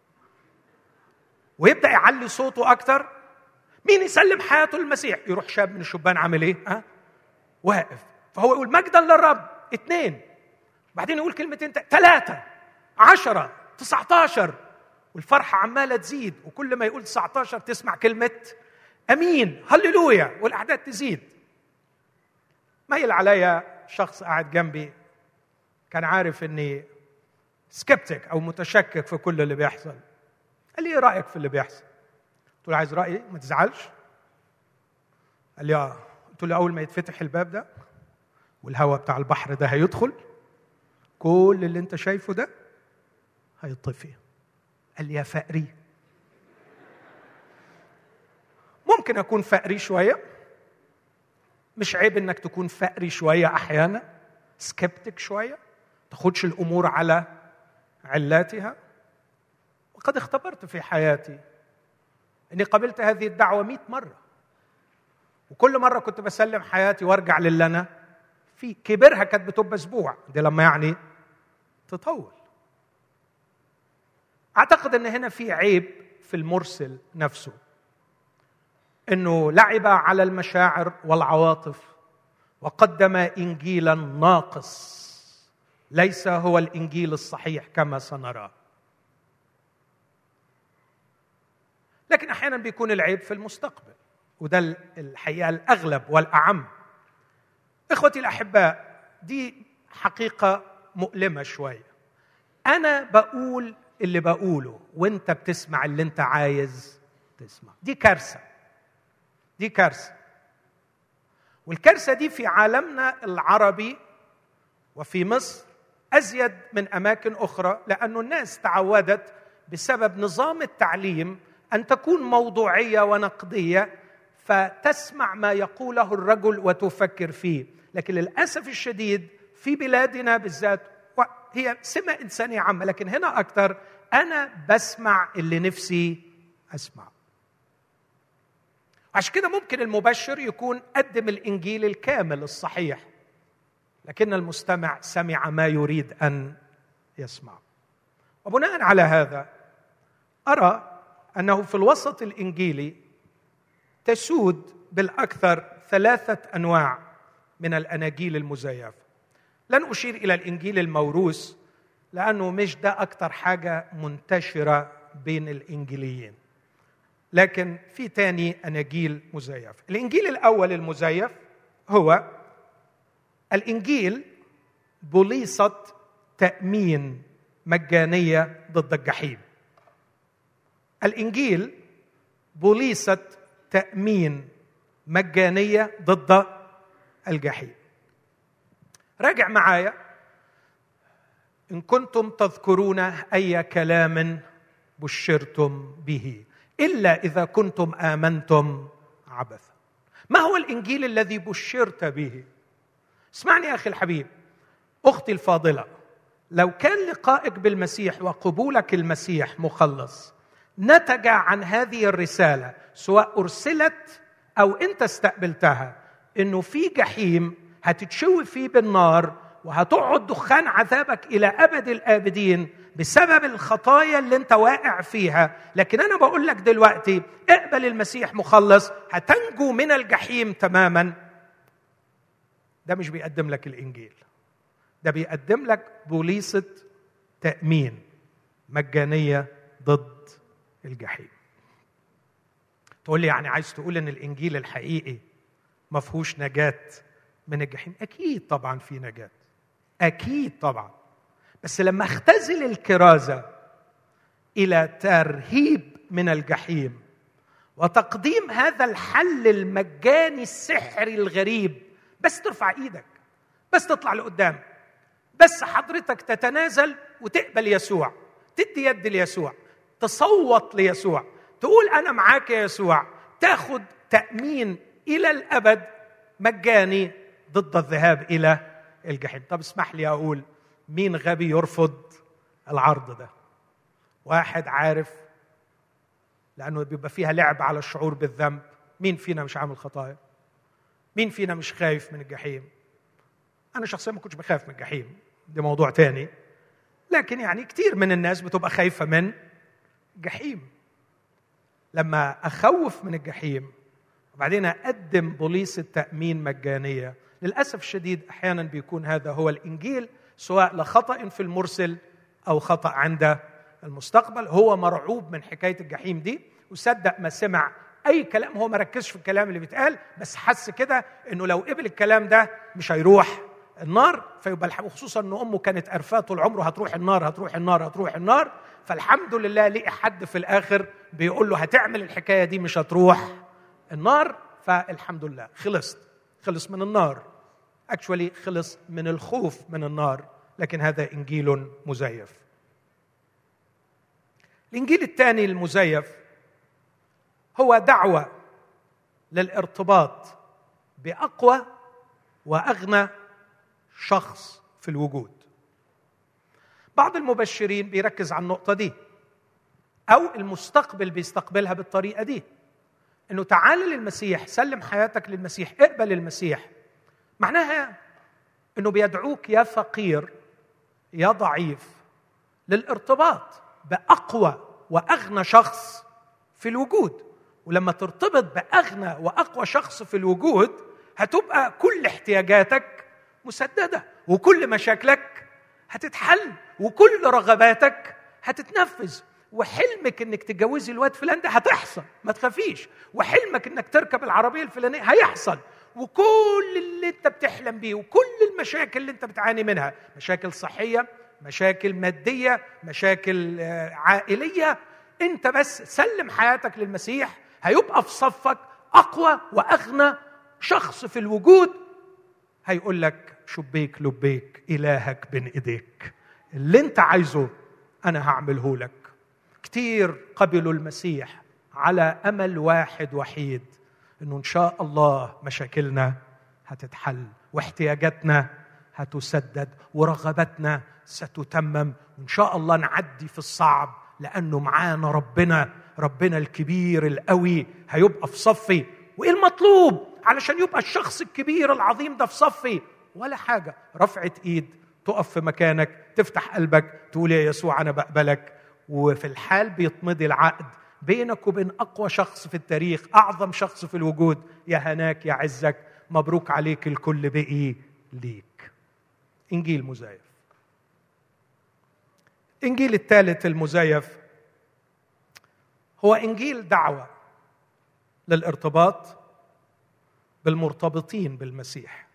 ويبدأ يعلي صوته أكتر. مين يسلم حياته للمسيح؟ يروح شاب من الشبان عامل إيه؟ أه؟ واقف. فهو يقول مجدا للرب، اثنين، بعدين يقول كلمتين، ثلاثة، عشرة، تسعتاشر، والفرحة عمالة تزيد، وكل ما يقول تسعتاشر تسمع كلمة أمين، هللويا، والأعداد تزيد. ميل عليا شخص قاعد جنبي كان عارف إني سكبتك أو متشكك في كل اللي بيحصل. قال لي إيه رأيك في اللي بيحصل؟ قلت له عايز رأيي؟ ما تزعلش. قال لي آه. قلت له أول ما يتفتح الباب ده والهواء بتاع البحر ده هيدخل، كل اللي أنت شايفه ده هيطفي. قال لي يا فقري. ممكن أكون فقري شوية، مش عيب إنك تكون فقري شوية أحيانا، سكبتك شوية، تاخدش الأمور على علاتها. وقد اختبرت في حياتي إني قبلت هذه الدعوة مئة مرة، وكل مرة كنت بسلم حياتي وارجع للي أنا في. كبرها كانت بتبقى أسبوع، دي لما يعني تطول. أعتقد أن هنا في عيب في المرسل نفسه، أنه لعب على المشاعر والعواطف وقدم إنجيلا ناقص ليس هو الإنجيل الصحيح كما سنرى. لكن أحيانا بيكون العيب في المستقبل، وده الحقيقة الأغلب والأعم. إخوتي الأحباء، دي حقيقة مؤلمة شوية. أنا بقول اللي بقوله وانت بتسمع اللي انت عايز تسمع. دي كارثة، دي كارثة. والكارثة دي في عالمنا العربي وفي مصر أزيد من أماكن أخرى، لأن الناس تعودت بسبب نظام التعليم أن تكون موضوعية ونقدية، فتسمع ما يقوله الرجل وتفكر فيه. لكن للأسف الشديد في بلادنا بالذات، هي سمة إنسانية عامة، لكن هنا أكثر، أنا بسمع اللي نفسي أسمع. عشان كده ممكن المبشر يكون قدم الإنجيل الكامل الصحيح، لكن المستمع سمع ما يريد أن يسمع. وبناء على هذا أرى أنه في الوسط الإنجيلي تسود بالأكثر ثلاثة أنواع من الأناجيل المزيفة. لن أشير إلى الإنجيل الموروث لأنه مش ده أكثر حاجة منتشرة بين الإنجيليين، لكن في تاني أناجيل مزيفة. الإنجيل الأول المزيف هو الإنجيل بوليصة تأمين مجانية ضد الجحيم. الإنجيل بوليصة تأمين مجانية ضد الجحيم. راجع معايا، إن كنتم تذكرون أي كلام بشرتم به. إلا إذا كنتم آمنتم عبثا. ما هو الإنجيل الذي بشرت به؟ اسمعني يا أخي الحبيب، أختي الفاضلة، لو كان لقائك بالمسيح وقبولك المسيح مخلص نتج عن هذه الرسالة، سواء أرسلت أو أنت استقبلتها، إنه في جحيم هتتشوي فيه بالنار وهتقعد دخان عذابك إلى أبد الآبدين بسبب الخطايا اللي أنت واقع فيها، لكن أنا بقول لك دلوقتي اقبل المسيح مخلص هتنجو من الجحيم تماما. ده مش بيقدم لك الإنجيل، ده بيقدم لك بوليصة تأمين مجانية ضد الجحيم. تقول لي يعني عايز تقول إن الإنجيل الحقيقي ما فيهوش نجاة من الجحيم؟ أكيد طبعا في نجاة، أكيد طبعا، بس لما اختزل الكرازة إلى ترهيب من الجحيم وتقديم هذا الحل المجاني السحري الغريب، بس ترفع إيدك، بس تطلع لقدام، بس حضرتك تتنازل وتقبل يسوع، تدي يد ليسوع، تصوت ليسوع، تقول أنا معاك يا يسوع، تاخد تأمين إلى الأبد مجاني ضد الذهاب إلى الجحيم. طب اسمح لي أقول، مين غبي يرفض العرض ده؟ واحد عارف، لأنه بيبقى فيها لعب على الشعور بالذنب. مين فينا مش عامل خطايا؟ مين فينا مش خايف من الجحيم؟ أنا شخصيا ما كنتش بخاف من الجحيم، ده موضوع تاني، لكن يعني كتير من الناس بتبقى خايفة من الجحيم. لما أخوف من الجحيم وبعدين أقدم بوليصة تأمين مجانية، للأسف الشديد أحيانا بيكون هذا هو الإنجيل، سواء لخطأ في المرسل أو خطأ عند المستقبل. هو مرعوب من حكاية الجحيم دي وصدق ما سمع أي كلام، هو ما ركزش في الكلام اللي بيتقال، بس حس كده إنه لو قبل الكلام ده مش هيروح النار، فيبقى وخصوصا إنه أمه كانت قرفاه طول عمره هتروح النار هتروح النار هتروح النار، فالحمد لله لقي حد في الآخر بيقول له هتعمل الحكاية دي مش هتروح النار، فالحمد لله خلصت، خلص من النار، اكشولي خلص من الخوف من النار. لكن هذا إنجيل مزيف. الإنجيل الثاني المزيف هو دعوة للارتباط بأقوى وأغنى شخص في الوجود. بعض المبشرين بيركز على النقطة دي، أو المستقبل بيستقبلها بالطريقة دي، إنه تعال للمسيح، سلم حياتك للمسيح، اقبل المسيح. معناها إنه بيدعوك يا فقير يا ضعيف للارتباط بأقوى وأغنى شخص في الوجود. ولما ترتبط بأغنى وأقوى شخص في الوجود هتبقى كل احتياجاتك مسددة، وكل مشاكلك هتتحل، وكل رغباتك هتتنفذ، وحلمك انك تتجوزي الواد فلان ده هتحصل، ما تخافيش، وحلمك انك تركب العربية الفلانية هيحصل، وكل اللي انت بتحلم بيه وكل المشاكل اللي انت بتعاني منها، مشاكل صحية، مشاكل مادية، مشاكل عائلية، انت بس سلم حياتك للمسيح هيبقى في صفك أقوى وأغنى شخص في الوجود. هيقول لك شبيك لبيك، إلهك بين إيديك، اللي انت عايزه أنا هعمله لك. كتير قبلوا المسيح على أمل واحد وحيد، إنه إن شاء الله مشاكلنا هتتحل واحتياجاتنا هتسدد ورغباتنا ستتمم، وإن شاء الله نعدي في الصعب لأنه معانا ربنا، ربنا الكبير القوي هيبقى في صفي. وإيه المطلوب علشان يبقى الشخص الكبير العظيم ده في صفي؟ ولا حاجة، رفعة إيد، تقف في مكانك، تفتح قلبك، تقول يا يسوع أنا بقبلك. وفي الحال بيتمضي العقد بينك وبين أقوى شخص في التاريخ، أعظم شخص في الوجود. يا هناك يا عزك، مبروك عليك، الكل بقي ليك. إنجيل مزيف. إنجيل الثالث المزيف هو إنجيل دعوة للارتباط بالمرتبطين بالمسيح،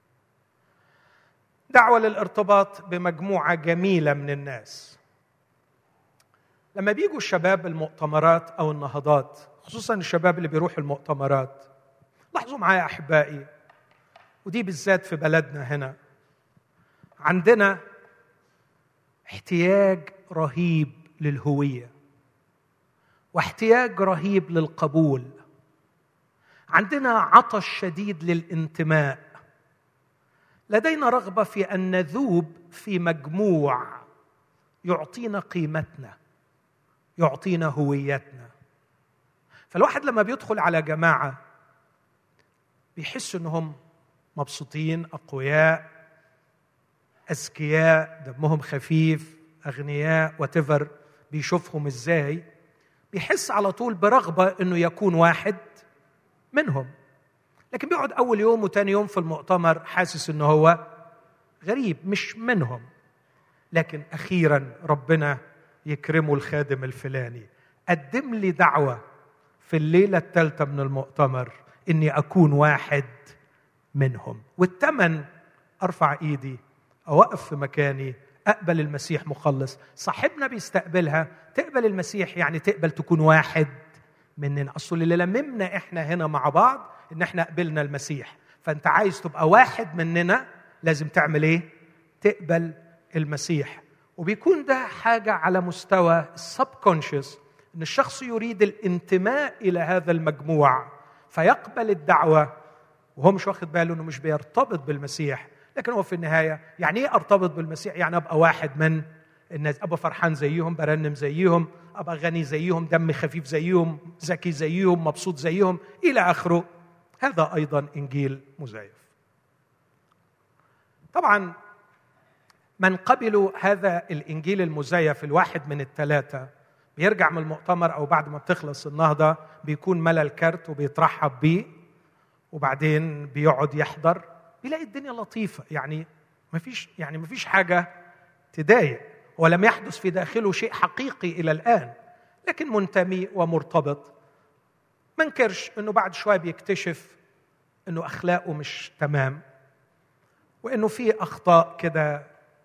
دعوة للارتباط بمجموعة جميلة من الناس. لما بيجوا الشباب المؤتمرات أو النهضات، خصوصاً الشباب اللي بيروحوا المؤتمرات، لاحظوا معايا أحبائي، ودي بالذات في بلدنا هنا، عندنا احتياج رهيب للهوية، واحتياج رهيب للقبول. عندنا عطش شديد للانتماء. لدينا رغبة في أن نذوب في مجموع يعطينا قيمتنا، يعطينا هويتنا. فالواحد لما بيدخل على جماعة بيحس أنهم مبسوطين، أقوياء، أذكياء، دمهم خفيف، أغنياء، واتيفر بيشوفهم إزاي، بيحس على طول برغبة أنه يكون واحد منهم. لكن بيقعد أول يوم وتاني يوم في المؤتمر حاسس أنه هو غريب، مش منهم. لكن أخيراً ربنا يكرمه الخادم الفلاني، قدم لي دعوة في الليلة الثالثة من المؤتمر إني أكون واحد منهم، والثمن أرفع إيدي، أوقف في مكاني، أقبل المسيح مخلص. صاحبنا بيستقبلها، تقبل المسيح يعني تقبل تكون واحد مننا. أصل اللي لممنا إحنا هنا مع بعض إن إحنا قبلنا المسيح، فأنت عايز تبقى واحد مننا لازم تعمل إيه؟ تقبل المسيح. وبيكون ده حاجة على مستوى السبكونشس، إن الشخص يريد الانتماء إلى هذا المجموع فيقبل الدعوة وهو مش واخد باله إنه مش بيرتبط بالمسيح. لكن هو في النهاية يعني إيه أرتبط بالمسيح؟ يعني أبقى واحد من الناس، أبقى فرحان زيهم، برنم زيهم، أبقى غني زيهم، دم خفيف زيهم، ذكي زيهم، مبسوط زيهم، إلى آخره. هذا أيضا إنجيل مزيف. طبعا من قبلوا هذا الإنجيل المزيف، الواحد من الثلاثة، بيرجع من المؤتمر أو بعد ما بتخلص النهضة بيكون ملى الكارت وبيترحب بيه، وبعدين بيقعد يحضر، بيلاقي الدنيا لطيفة. يعني مفيش يعني مفيش حاجة تضايق، ولم يحدث في داخله شيء حقيقي إلى الآن، لكن منتمي ومرتبط. ما نكرش إنه بعد شوية بيكتشف إنه أخلاقه مش تمام، وإنه في أخطاء كده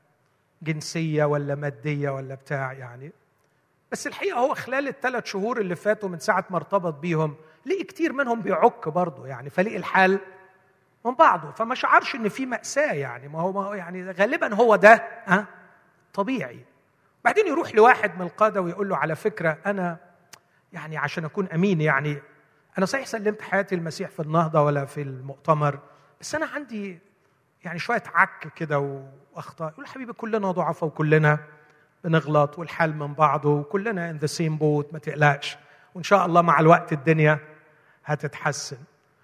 جنسية ولا مادية ولا بتاع يعني. بس الحقيقة هو خلال الثلاث شهور اللي فاتوا من ساعة ما ارتبط بيهم لقي كتير منهم بيعك برضه يعني، فلقي الحال من بعضه، فما شعرش إن في مأساة يعني. ما هو ما هو يعني غالبا هو ده أه؟ طبيعي. بعدين يروح لواحد من القادة ويقول له على فكرة أنا يعني عشان أكون أمين يعني أنا صحيح سلمت حياتي المسيح في النهضة ولا في المؤتمر، بس أنا عندي يعني شوية عك كده وأخطاء. يقول حبيبي كلنا ضعفاء وكلنا بنغلط والحال من بعضه وكلنا in the same boat، ما تقلقش وإن شاء الله مع الوقت الدنيا هتتحسن.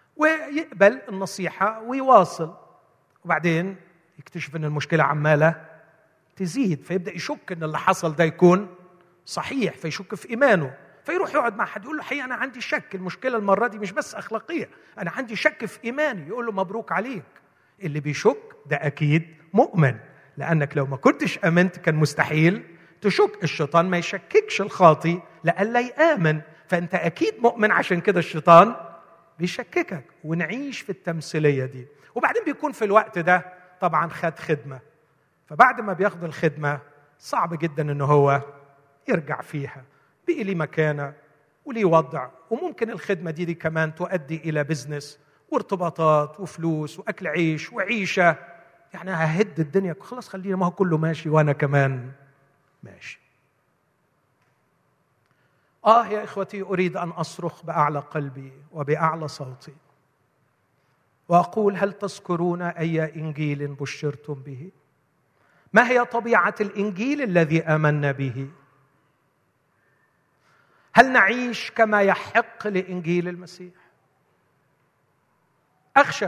ويقبل النصيحة ويواصل، وبعدين يكتشف أن المشكلة عمالة تزيد، فيبدأ يشك أن اللي حصل ده يكون صحيح، فيشك في إيمانه، فيروح يقعد مع حد يقول له حقيقة أنا عندي شك، المشكلة المرة دي مش بس أخلاقية، أنا عندي شك في إيماني. يقول له مبروك عليك، اللي بيشك ده أكيد مؤمن، لأنك لو ما كنتش أمنت كان مستحيل تشك. الشيطان ما يشككش الخاطي لألا يآمن، فأنت أكيد مؤمن، عشان كده الشيطان بيشككك. ونعيش في التمثيلية دي. وبعدين بيكون في الوقت ده طبعا خد خدمة، فبعد ما بياخد الخدمة صعب جدا إنه هو يرجع فيها، بقي لي مكانة ولي وضع، وممكن الخدمة دي, دي كمان تؤدي إلى بزنس وارتباطات وفلوس وأكل عيش وعيشة. يعني ههد الدنيا، خلاص خلينا ما هو كله ماشي وأنا كمان ماشي. آه يا إخوتي، أريد أن أصرخ بأعلى قلبي وبأعلى صوتي وأقول هل تذكرون أي إنجيل بشرتم به؟ ما هي طبيعة الإنجيل الذي آمنا به؟ هل نعيش كما يحق لإنجيل المسيح؟ أخشى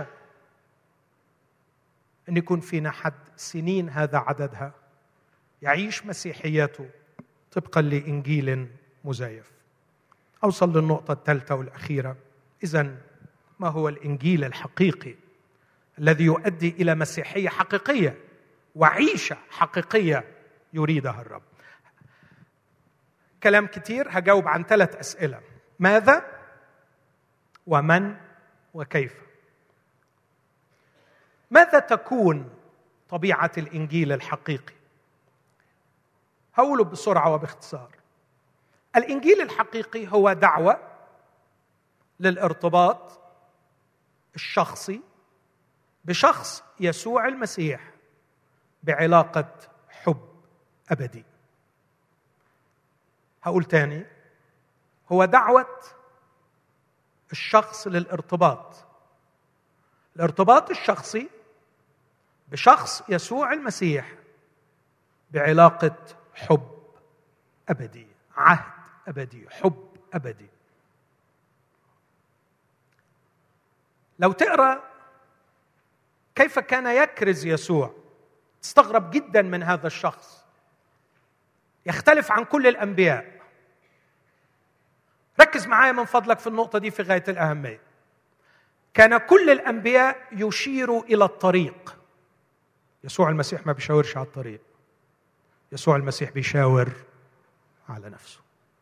أن يكون فينا حد سنين هذا عددها يعيش مسيحيته طبقا لإنجيل مزيف. أوصل للنقطة الثالثة والأخيرة. إذن ما هو الإنجيل الحقيقي الذي يؤدي إلى مسيحية حقيقية وعيشة حقيقية يريدها الرب؟ كلام كتير، هجاوب عن ثلاث أسئلة: ماذا ومن وكيف. ماذا تكون طبيعة الإنجيل الحقيقي؟ هقوله بسرعة وباختصار. الإنجيل الحقيقي هو دعوة للارتباط الشخصي بشخص يسوع المسيح بعلاقة حب أبدي. هقول تاني، هو دعوة الشخص للارتباط، الارتباط الشخصي بشخص يسوع المسيح بعلاقة حب أبدي، عهد أبدي، حب أبدي. لو تقرأ كيف كان يكرز يسوع تستغرب جدا من هذا الشخص، يختلف عن كل الأنبياء. ركز معايا من فضلك في النقطة دي في غاية الأهمية. كان كل الأنبياء يشيروا إلى الطريق، يسوع المسيح ما بيشاورش على الطريق، يسوع المسيح بيشاور على نفسه.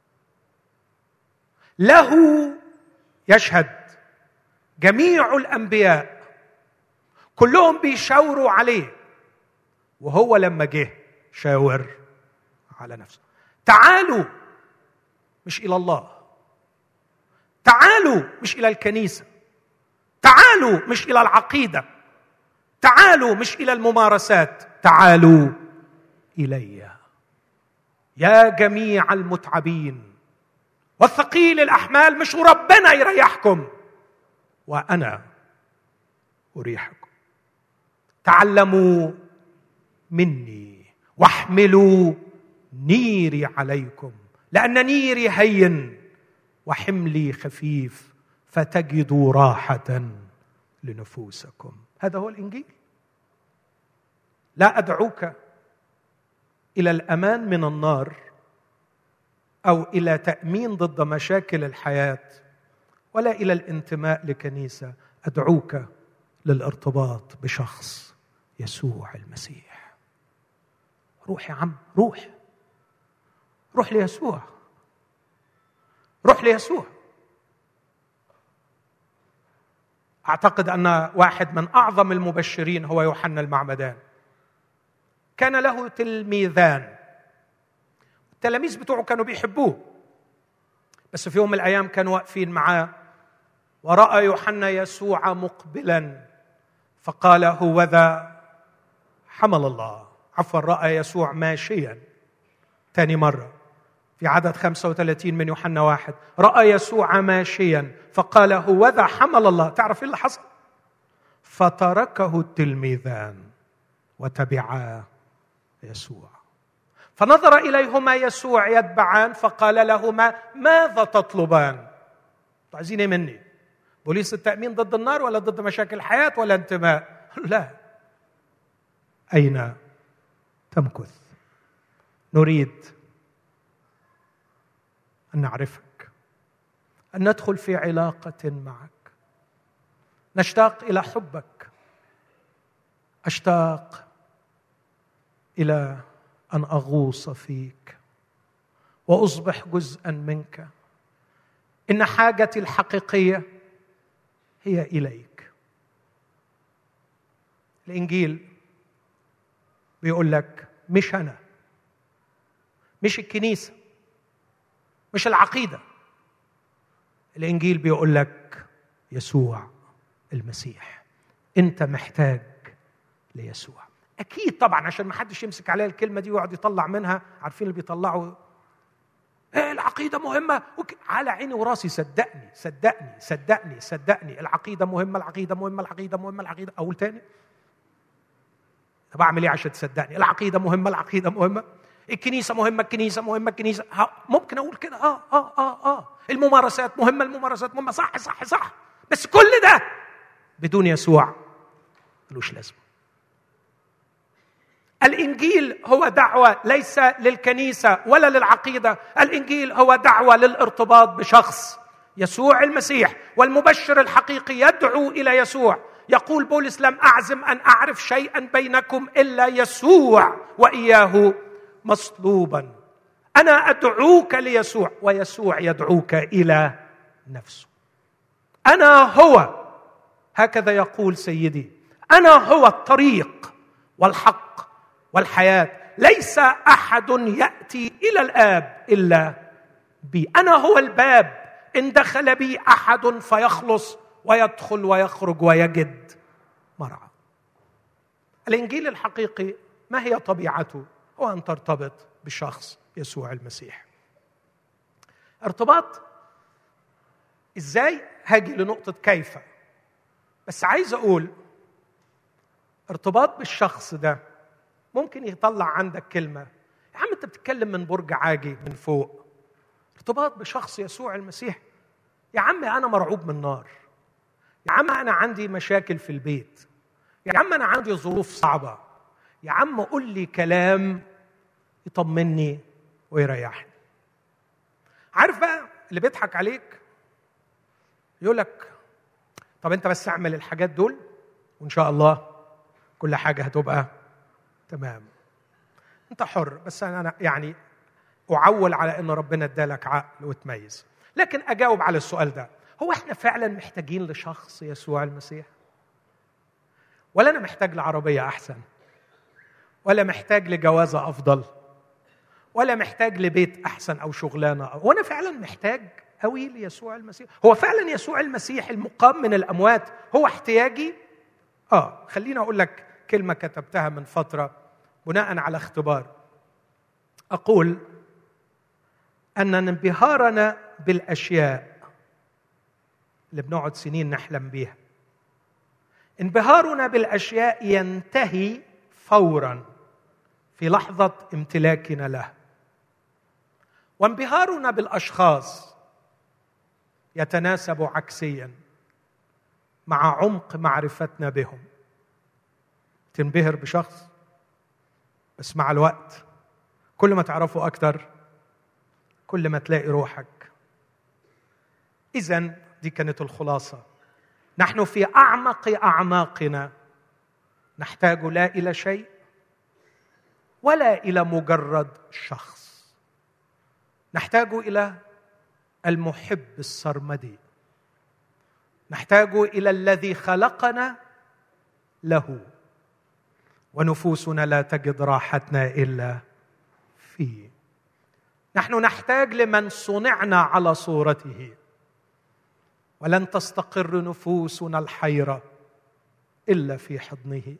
له يشهد جميع الأنبياء، كلهم بيشاوروا عليه، وهو لما جه شاور على نفسه. تعالوا مش إلى الله، تعالوا مش إلى الكنيسة، تعالوا مش إلى العقيدة، تعالوا مش إلى الممارسات، تعالوا إلي يا جميع المتعبين والثقيل الأحمال، مش ربنا يريحكم وأنا أريحكم. تعلموا مني واحملوا نيري عليكم، لأن نيري هين وحملي خفيف، فتجدوا راحة لنفوسكم. هذا هو الإنجيل. لا أدعوك إلى الأمان من النار أو إلى تأمين ضد مشاكل الحياة، ولا إلى الانتماء لكنيسة. أدعوك للارتباط بشخص يسوع المسيح. روح يا عم، روح روح ليسوع، روح ليسوع. أعتقد أن واحد من أعظم المبشرين هو يوحنا المعمدان. كان له تلميذان، التلاميذ بتوعه كانوا بيحبوه، بس في يوم من الأيام كانوا واقفين معاه ورأى يوحنا يسوع مقبلا فقال هوذا حمل الله. عفوا، رأى يسوع ماشيا. ثاني مرة في عدد خمسة وثلاثين من يوحنا واحد، رأى يسوع ماشيا فقال هوذا حمل الله. تعرف ايه اللي حصل؟ فتركه التلميذان وتبعا يسوع. فنظر إليهما يسوع يتبعان فقال لهما ماذا تطلبان؟ عايزين ايه مني؟ بوليس التأمين ضد النار ولا ضد مشاكل الحياة ولا انتماء؟ لا. أين تمكث؟ نريد أن نعرفك، أن ندخل في علاقة معك، نشتاق إلى حبك، أشتاق إلى أن أغوص فيك وأصبح جزءا منك. إن حاجتي الحقيقية هي إليك. الإنجيل بيقول لك مش أنا، مش الكنيسة، مش العقيدة. الإنجيل بيقول لك يسوع المسيح. أنت محتاج ليسوع. أكيد طبعا، عشان ما حدش يمسك عليها الكلمة دي ويقعد يطلع منها. عارفين اللي بيطلعوا إيه العقيدة مهمة وك... على عيني وراسي. صدقني صدقني صدقني صدقني العقيدة مهمة، العقيدة مهمة، العقيدة مهمة، العقيدة. أقول تاني؟ طب أعمل إيه عشان تصدقني؟ العقيدة مهمة، العقيدة مهمة. الكنيسة مهمة، الكنيسة مهمة، الكنيسة. ممكن أقول كده. آه آه آه آه الممارسات مهمة، الممارسات مهمة. صح صح صح. بس كل ده بدون يسوع ملوش لازمة. الإنجيل هو دعوة ليس للكنيسة ولا للعقيدة. الإنجيل هو دعوة للارتباط بشخص يسوع المسيح. والمبشر الحقيقي يدعو إلى يسوع. يقول بولس لم أعزم أن أعرف شيئا بينكم إلا يسوع وإياه مصلوبا. أنا أدعوك ليسوع ويسوع يدعوك إلى نفسه. أنا هو، هكذا يقول سيدي، أنا هو الطريق والحق والحياة، ليس أحد يأتي إلى الآب إلا بي. أنا هو الباب، إن دخل بي أحد فيخلص ويدخل ويخرج ويجد مرعى. الإنجيل الحقيقي ما هي طبيعته؟ هو أن ترتبط بشخص يسوع المسيح. ارتباط إزاي؟ هاجي لنقطة كيف، بس عايز أقول ارتباط بالشخص ده ممكن يطلع عندك كلمة، يا عم أنت بتتكلم من برج عاجي من فوق. ارتباط بشخص يسوع المسيح، يا عم أنا مرعوب من النار، يا عم أنا عندي مشاكل في البيت، يا عم أنا عندي ظروف صعبة، يا عم قل لي كلام يطمني ويريحني. عارف بقى اللي بيضحك عليك يقول لك طب أنت بس اعمل الحاجات دول وإن شاء الله كل حاجة هتبقى تمام. أنت حر، بس أنا يعني أعول على أن ربنا ادالك عقل وتميز. لكن أجاوب على السؤال ده، هو إحنا فعلا محتاجين لشخص يسوع المسيح؟ ولا أنا محتاج لعربية أحسن، ولا محتاج لجوازة أفضل، ولا محتاج لبيت أحسن أو شغلانة أو... وأنا فعلا محتاج أوي ليسوع المسيح؟ هو فعلا يسوع المسيح المقام من الأموات هو احتياجي؟ آه خليني أقول لك كلمة كتبتها من فترة بناء على اختبار. أقول أن انبهارنا بالأشياء اللي بنقعد سنين نحلم بيها، انبهارنا بالأشياء ينتهي فوراً في لحظة امتلاكنا له، وانبهارنا بالأشخاص يتناسب عكسياً مع عمق معرفتنا بهم. تنبهر بشخص بس مع الوقت كل ما تعرفه أكتر كل ما تلاقي روحك. إذن دي كانت الخلاصة، نحن في أعمق أعماقنا نحتاج لا إلى شيء ولا إلى مجرد شخص، نحتاج إلى المحب السرمدي، نحتاج إلى الذي خلقنا له، ونفوسنا لا تجد راحتنا إلا فيه. نحن نحتاج لمن صنعنا على صورته، ولن تستقر نفوسنا الحيرة إلا في حضنه.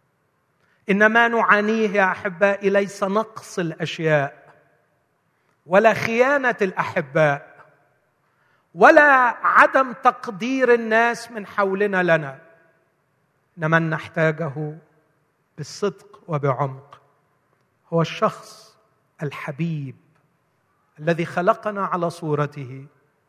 إن ما نعانيه يا أحبائي ليس نقص الأشياء ولا خيانة الأحباء ولا عدم تقدير الناس من حولنا لنا، إنما من نحتاجه بالصدق وبعمق هو الشخص الحبيب الذي خلقنا على صورته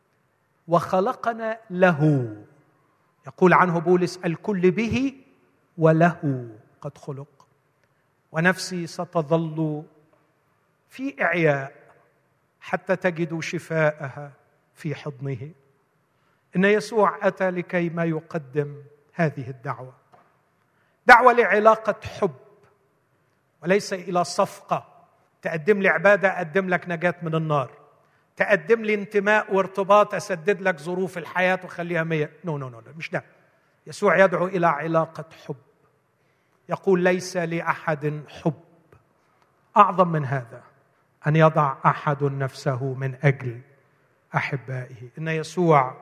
وخلقنا له. يقول عنه بولس: الكل به وله قد خلق، ونفسي ستظل في إعياء حتى تجد شفاءها في حضنه. إن يسوع أتى لكي ما يقدم هذه الدعوة، دعوة لعلاقة حب وليس إلى صفقة. تقدم لي عبادة أقدم لك نجاة من النار، تقدم لي انتماء وارتباط أسدد لك ظروف الحياة وخليها مية. نو نو نو مش ده. يسوع يدعو إلى علاقة حب. يقول: ليس لأحد حب أعظم من هذا أن يضع أحد نفسه من أجل أحبائه. إن يسوع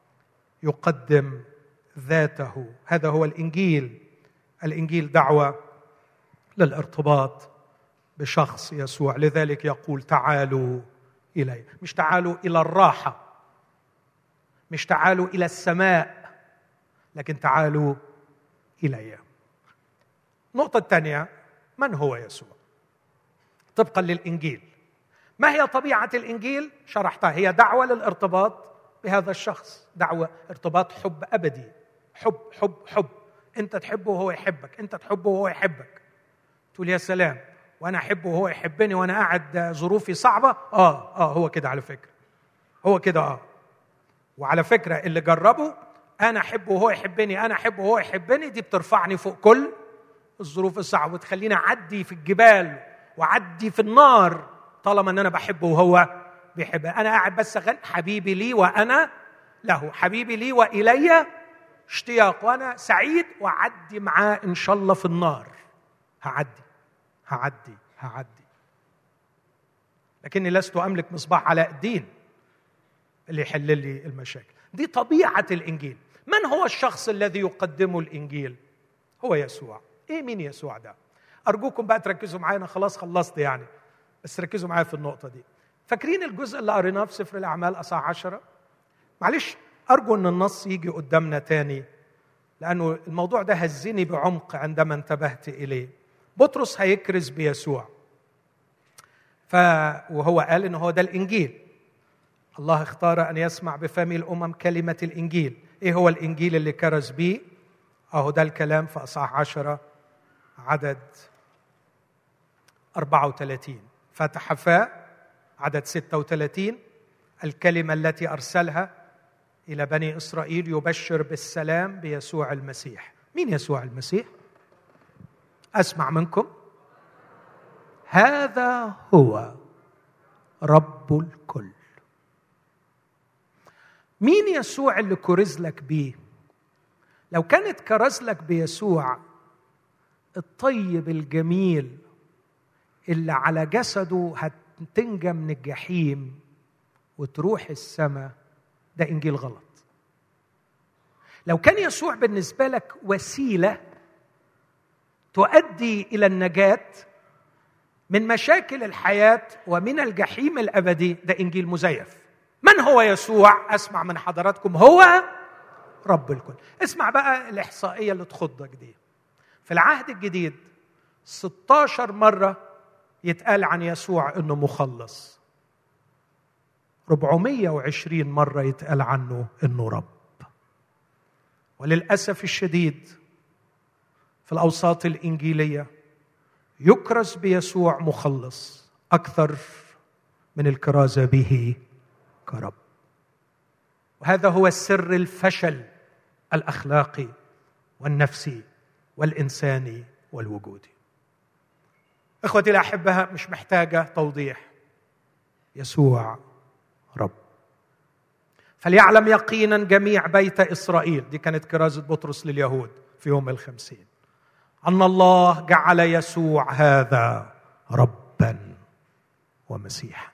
يقدم ذاته. هذا هو الإنجيل. الإنجيل دعوة للارتباط بشخص يسوع. لذلك يقول: تعالوا إلي. مش تعالوا إلى الراحة، مش تعالوا إلى السماء، لكن تعالوا إلي. النقطة الثانية: من هو يسوع؟ طبقا للإنجيل. ما هي طبيعة الإنجيل؟ شرحتها. هي دعوة للارتباط بهذا الشخص، دعوة ارتباط حب أبدي. حب حب حب. أنت تحبه وهو يحبك، أنت تحبه وهو يحبك. تقول: يا سلام، وأنا أحبه وهو يحبني وأنا قاعد ظروفي صعبة. آه آه هو كده على فكرة، هو كده آه وعلى فكرة اللي جربه أنا أحبه وهو يحبني، أنا أحبه وهو يحبني، دي بترفعني فوق كل الظروف الصعبة وتخليني أعدي في الجبال وأعدي في النار طالما أن أنا بحبه وهو بيحبه. أنا قاعد بس أغني: حبيبي لي وأنا له، حبيبي لي وإلي اشتياق، وأنا سعيد وأعدي معاه إن شاء الله في النار. هعدي هعدي هعدي لكني لست أملك مصباح علاء الدين اللي يحل لي المشاكل. دي طبيعة الإنجيل. من هو الشخص الذي يقدمه الإنجيل؟ هو يسوع. إيه مين يسوع ده؟ أرجوكم بقى تركزوا معايا، أنا خلاص خلصت يعني، بس ركزوا معايا في النقطة دي. فاكرين الجزء اللي قريناه في سفر الأعمال أصحاح عشرة؟ معلش أرجو أن النص يجي قدامنا تاني، لأنه الموضوع ده هزني بعمق عندما انتبهت إليه. بطرس هيكرز بيسوع، ف... وهو قال إنه هو ده الإنجيل. الله اختار أن يسمع بفم الأمم كلمة الإنجيل. إيه هو الإنجيل اللي كرز بيه؟ أهو ده الكلام في أصحاح عشرة عدد أربعة وثلاثين. فتح فاء عدد ستة وثلاثين، الكلمة التي أرسلها إلى بني إسرائيل يبشر بالسلام بيسوع المسيح. مين يسوع المسيح؟ أسمع منكم. هذا هو رب الكل. مين يسوع اللي كرز لك بيه؟ لو كانت كرز لك بيسوع الطيب الجميل اللي على جسده هتنجى من الجحيم وتروح السماء، ده إنجيل غلط. لو كان يسوع بالنسبة لك وسيلة تؤدي إلى النجاة من مشاكل الحياة ومن الجحيم الأبدي، ده إنجيل مزيف. من هو يسوع؟ أسمع من حضراتكم، هو رب الكل. اسمع بقى الإحصائية اللي تخضك دي. في العهد الجديد ستة عشر مرة يتقال عن يسوع إنه مخلص، أربعمائة وعشرين مرة يتقال عنه إنه رب. وللأسف الشديد في الأوساط الإنجيلية يكرز بيسوع مخلص أكثر من الكرازة به كرب. وهذا هو سر الفشل الأخلاقي والنفسي والإنساني والوجودي. إخوتي الأحبة، مش محتاجة توضيح، يسوع رب. فليعلم يقينا جميع بيت إسرائيل، دي كانت كرازة بطرس لليهود في يوم الخمسين، أن الله جعل يسوع هذا ربا ومسيحا.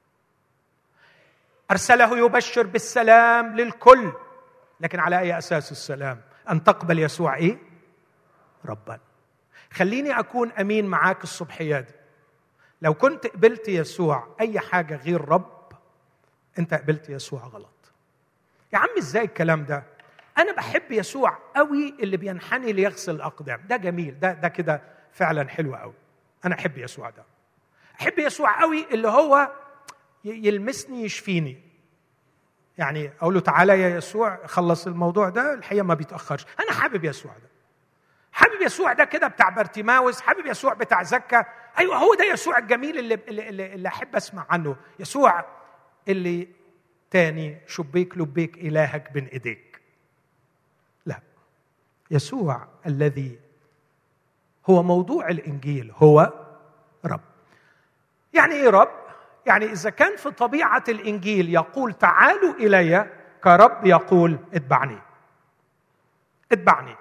أرسله يبشر بالسلام للكل، لكن على أي أساس السلام؟ أن تقبل يسوع إيه؟ ربا. خليني أكون أمين معاك الصبحية دي. لو كنت قبلت يسوع أي حاجة غير رب، أنت قبلت يسوع غلط. يا عم إزاي الكلام ده؟ أنا بحب يسوع قوي اللي بينحني ليغسل الأقدام، ده جميل، ده ده كده فعلا حلو قوي. أنا أحب يسوع ده. أحب يسوع قوي اللي هو يلمسني يشفيني، يعني أقول له تعالى يا يسوع خلص الموضوع ده، الحقيقة ما بيتأخرش. أنا حابب يسوع ده، حابب يسوع ده كده بتاع بارتيماوس، حابب يسوع بتاع زكا. أيوة هو ده يسوع الجميل اللي, اللي, اللي أحب أسمع عنه. يسوع اللي تاني شبيك لبيك إلهك بين إيديك. لا، يسوع الذي هو موضوع الإنجيل هو رب. يعني إيه رب؟ يعني إذا كان في طبيعة الإنجيل يقول تعالوا إلي كرب، يقول اتبعني اتبعني.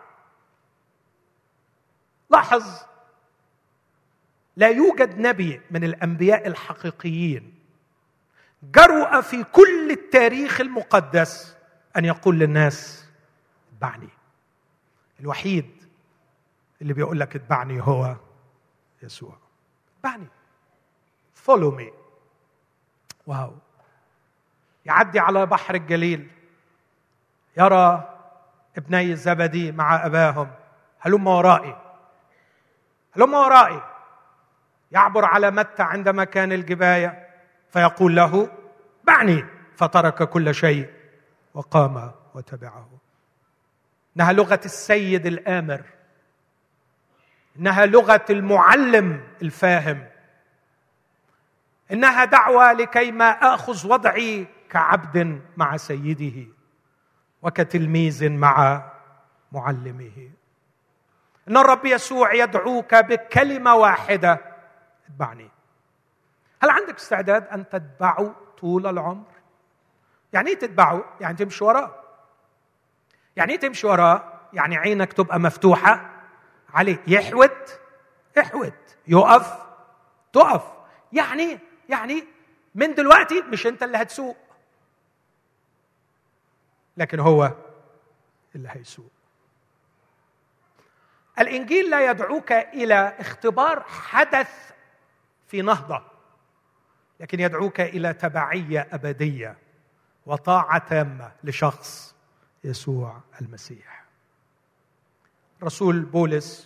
لاحظ، لا يوجد نبي من الأنبياء الحقيقيين جرؤ في كل التاريخ المقدس أن يقول للناس اتبعني. الوحيد اللي بيقول لك اتبعني هو يسوع. اتبعني، follow me. واو. يعدي على بحر الجليل، يرى ابني زبدي مع أباهم، هلم ورائي هلم ورائي. يعبر على متى عند مكان الجباية فيقول له بعني، فترك كل شيء وقام وتبعه. إنها لغة السيد الآمر، إنها لغة المعلم الفاهم، إنها دعوة لكي ما آخذ وضعي كعبد مع سيده وكتلميذ مع معلمه. إن الرب يسوع يدعوك بكلمة واحدة، اتبعني. هل عندك استعداد أن تتبعه طول العمر؟ يعني إيه تتبعه؟ يعني تمشي وراه. يعني إيه تمشي وراه؟ يعني عينك تبقى مفتوحة عليه. يحوت احوت، يقف تقف. يعني يعني من دلوقتي مش أنت اللي هتسوق، لكن هو اللي هيسوق. الإنجيل لا يدعوك إلى اختبار حدث في نهضة، لكن يدعوك إلى تبعية أبدية وطاعة تامة لشخص يسوع المسيح. رسول بولس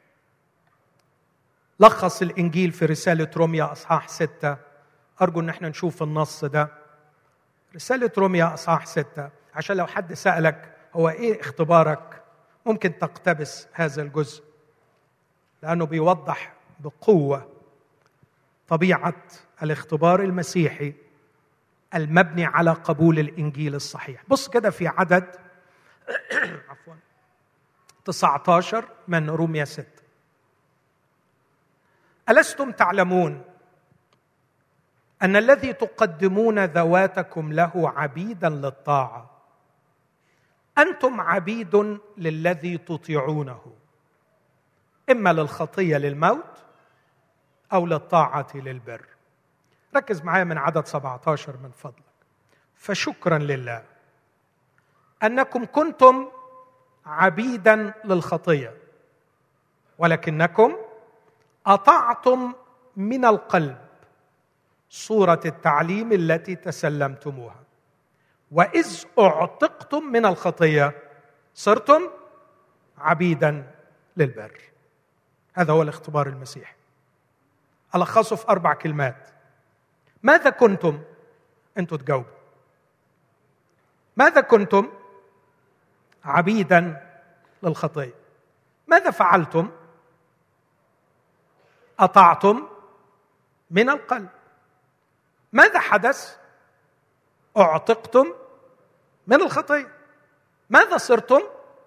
لخص الإنجيل في رسالة روميا أصحاح ستة. أرجو أن احنا نشوف النص ده. رسالة روميا أصحاح ستة، عشان لو حد سألك هو إيه اختبارك ممكن تقتبس هذا الجزء، لأنه بيوضح بقوة طبيعة الاختبار المسيحي المبني على قبول الإنجيل الصحيح. بص كده في عدد عفوا تسعة عشر من روميا ستة: ألستم تعلمون أن الذي تقدمون ذواتكم له عبيدا للطاعة أنتم عبيد للذي تطيعونه، إما للخطية للموت أو للطاعة للبر. ركز معايا من عدد سبعة عشر من فضلك. فشكرا لله أنكم كنتم عبيدا للخطية ولكنكم أطعتم من القلب صورة التعليم التي تسلمتموها، وإذ أعتقتم من الخطية صرتم عبيدا للبر. هذا هو الاختبار المسيحي. ألخصه في أربع كلمات. ماذا كنتم؟ أنتوا تجاوبوا. ماذا كنتم؟ عبيدا للخطية. ماذا فعلتم؟ أطعتم من القلب. ماذا حدث؟ أعتقتم من الخطية. ماذا صرتم؟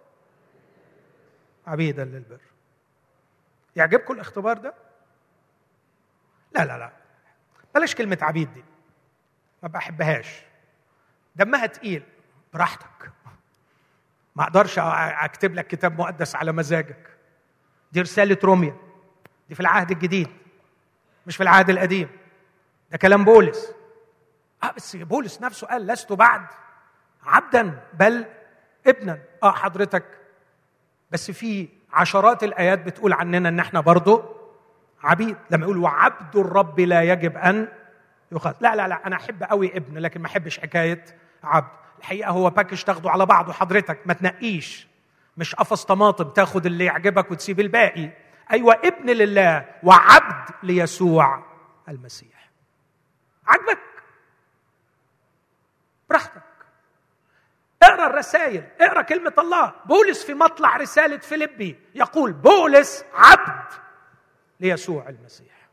عبيدا للبر. يعجبكم الاختبار ده؟ لا لا لا بلاش كلمة عبيد دي، ما بحبهاش، دمها تقيل. براحتك، ما اقدرش اكتب لك كتاب مقدس على مزاجك. دي رسالة روميا، دي في العهد الجديد مش في العهد القديم. ده كلام بولس. اه بس بولس نفسه قال لست بعد عبدا بل ابنا. اه حضرتك، بس في عشرات الآيات بتقول عننا ان احنا برضو عبيد. لما يقول وعبد الرب لا يجب ان يخاف، لا لا لا انا احب قوي ابن لكن ما احبش حكايه عبد. الحقيقه هو باكج تاخده على بعضه حضرتك، ما تنقيش، مش قفص طماطم تاخد اللي يعجبك وتسيب الباقي. ايوه ابن لله وعبد ليسوع المسيح. عجبك براحتك. اقرا الرسائل، اقرا كلمه الله. بولس في مطلع رساله فيليبي يقول بولس عبد ليسوع المسيح.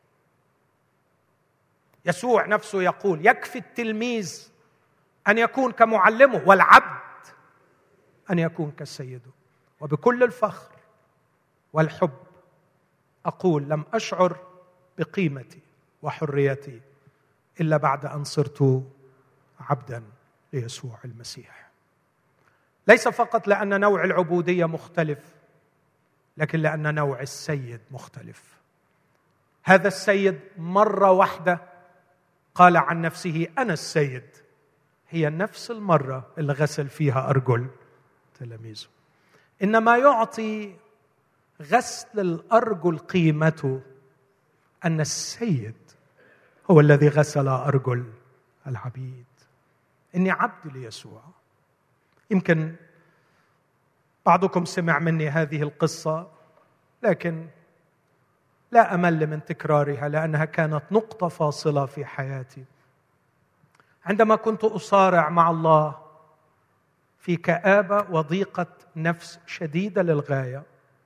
يسوع نفسه يقول يكفي التلميذ أن يكون كمعلمه والعبد أن يكون كسيده. وبكل الفخر والحب أقول لم أشعر بقيمتي وحريتي إلا بعد أن صرت عبدا ليسوع المسيح. ليس فقط لأن نوع العبودية مختلف، لكن لأن نوع السيد مختلف. هذا السيد مرة واحدة قال عن نفسه أنا السيد، هي نفس المرة اللي غسل فيها أرجل تلاميذه. إنما يعطي غسل الأرجل قيمته أن السيد هو الذي غسل أرجل العبيد. إني عبد ليسوع. يمكن بعضكم سمع مني هذه القصة، لكن لا أمل من تكرارها لأنها كانت نقطة فاصلة في حياتي. عندما كنت أصارع مع الله في كآبة وضيقة نفس شديدة للغاية،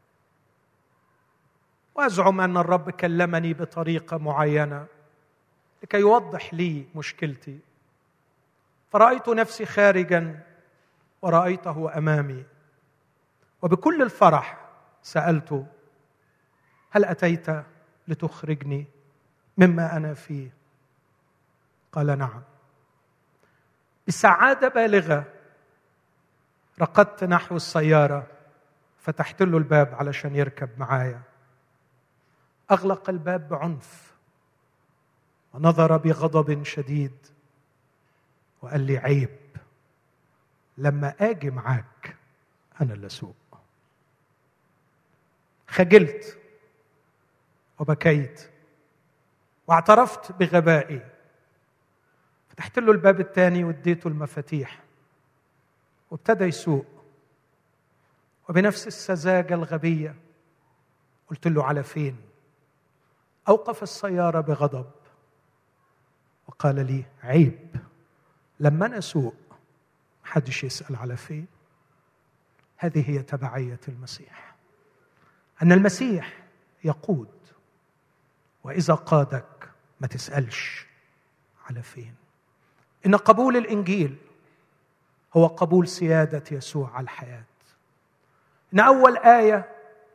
وأزعم أن الرب كلمني بطريقة معينة لكي يوضح لي مشكلتي، فرأيت نفسي خارجاً ورأيته أمامي، وبكل الفرح سألته هل أتيت لتخرجني مما أنا فيه؟ قال نعم. بسعادة بالغة رقدت نحو السيارة، فتحت له الباب علشان يركب معايا. أغلق الباب بعنف ونظر بغضب شديد وقال لي عيب لما آجي معاك أنا اللي أسوق. خجلت وبكيت واعترفت بغبائي، فتحت له الباب الثاني واديته المفاتيح وابتدى يسوق، وبنفس السذاجة الغبية قلت له على فين؟ أوقف السيارة بغضب وقال لي عيب لما أنا أسوق محدش يسأل على فين. هذه هي تبعية المسيح، أن المسيح يقود، وإذا قادك ما تسألش على فين. إن قبول الإنجيل هو قبول سيادة يسوع على الحياة. إن أول آية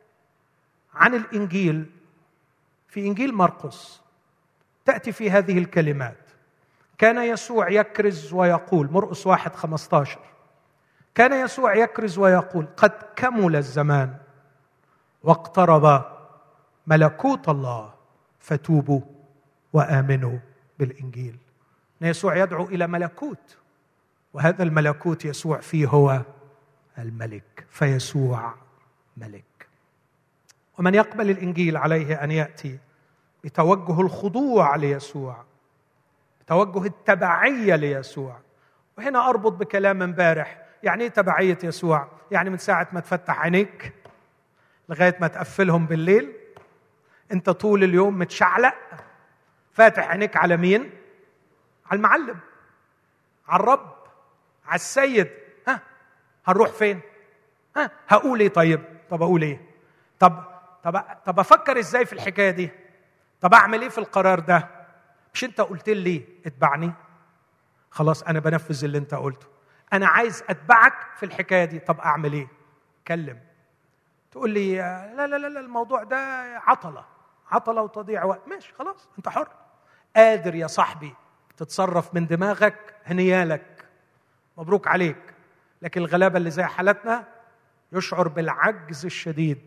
عن الإنجيل في إنجيل مرقس تأتي في هذه الكلمات: كان يسوع يكرز ويقول، مرقس واحد خمسة عشر، كان يسوع يكرز ويقول قد كمل الزمان واقترب ملكوت الله فتوبوا وآمنوا بالإنجيل. إن يسوع يدعو إلى ملكوت، وهذا الملكوت يسوع فيه هو الملك، فيسوع ملك. ومن يقبل الإنجيل عليه أن يأتي بتوجه الخضوع ليسوع، بتوجه التبعية ليسوع. وهنا أربط بكلام امبارح. يعني إيه تبعية يسوع؟ يعني من ساعة ما تفتح عينيك لغاية ما تقفلهم بالليل أنت طول اليوم متشعلق فاتح عينيك على مين؟ على المعلم، على الرب، على السيد. ها هنروح فين؟ ها هقول ايه؟ طيب طب اقول ايه؟ طب طب طب افكر ازاي في الحكايه دي؟ طب اعمل ايه في القرار ده؟ مش انت قلت لي اتبعني؟ خلاص انا بنفذ اللي انت قلته. انا عايز اتبعك في الحكايه دي. طب اعمل ايه؟ كلم. تقول لي لا لا لا الموضوع ده عطله عطله وتضييع وقت. ماشي خلاص انت حر. قادر يا صاحبي تتصرف من دماغك، هنيالك، مبروك عليك. لكن الغلابه اللي زي حالتنا يشعر بالعجز الشديد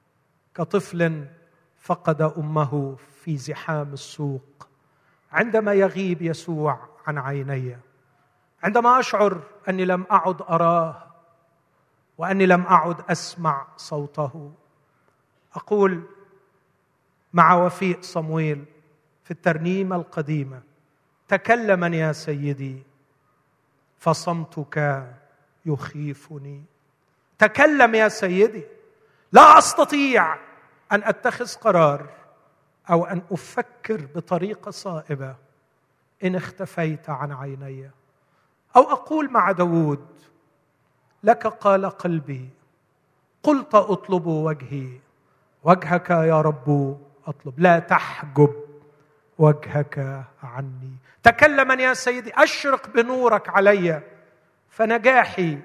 كطفل فقد امه في زحام السوق عندما يغيب يسوع عن عيني، عندما اشعر اني لم اعد اراه واني لم اعد اسمع صوته. اقول مع وفيء صمويل في الترنيمه القديمه: تكلما يا سيدي فصمتك يخيفني. تكلم يا سيدي، لا أستطيع أن أتخذ قرار أو أن أفكر بطريقة صائبة إن اختفيت عن عيني. أو أقول مع داود: لك قال قلبي قلت أطلب وجهي، وجهك يا رب أطلب، لا تحجب وجهك عني. تكلما يا سيدي، أشرق بنورك علي، فنجاحي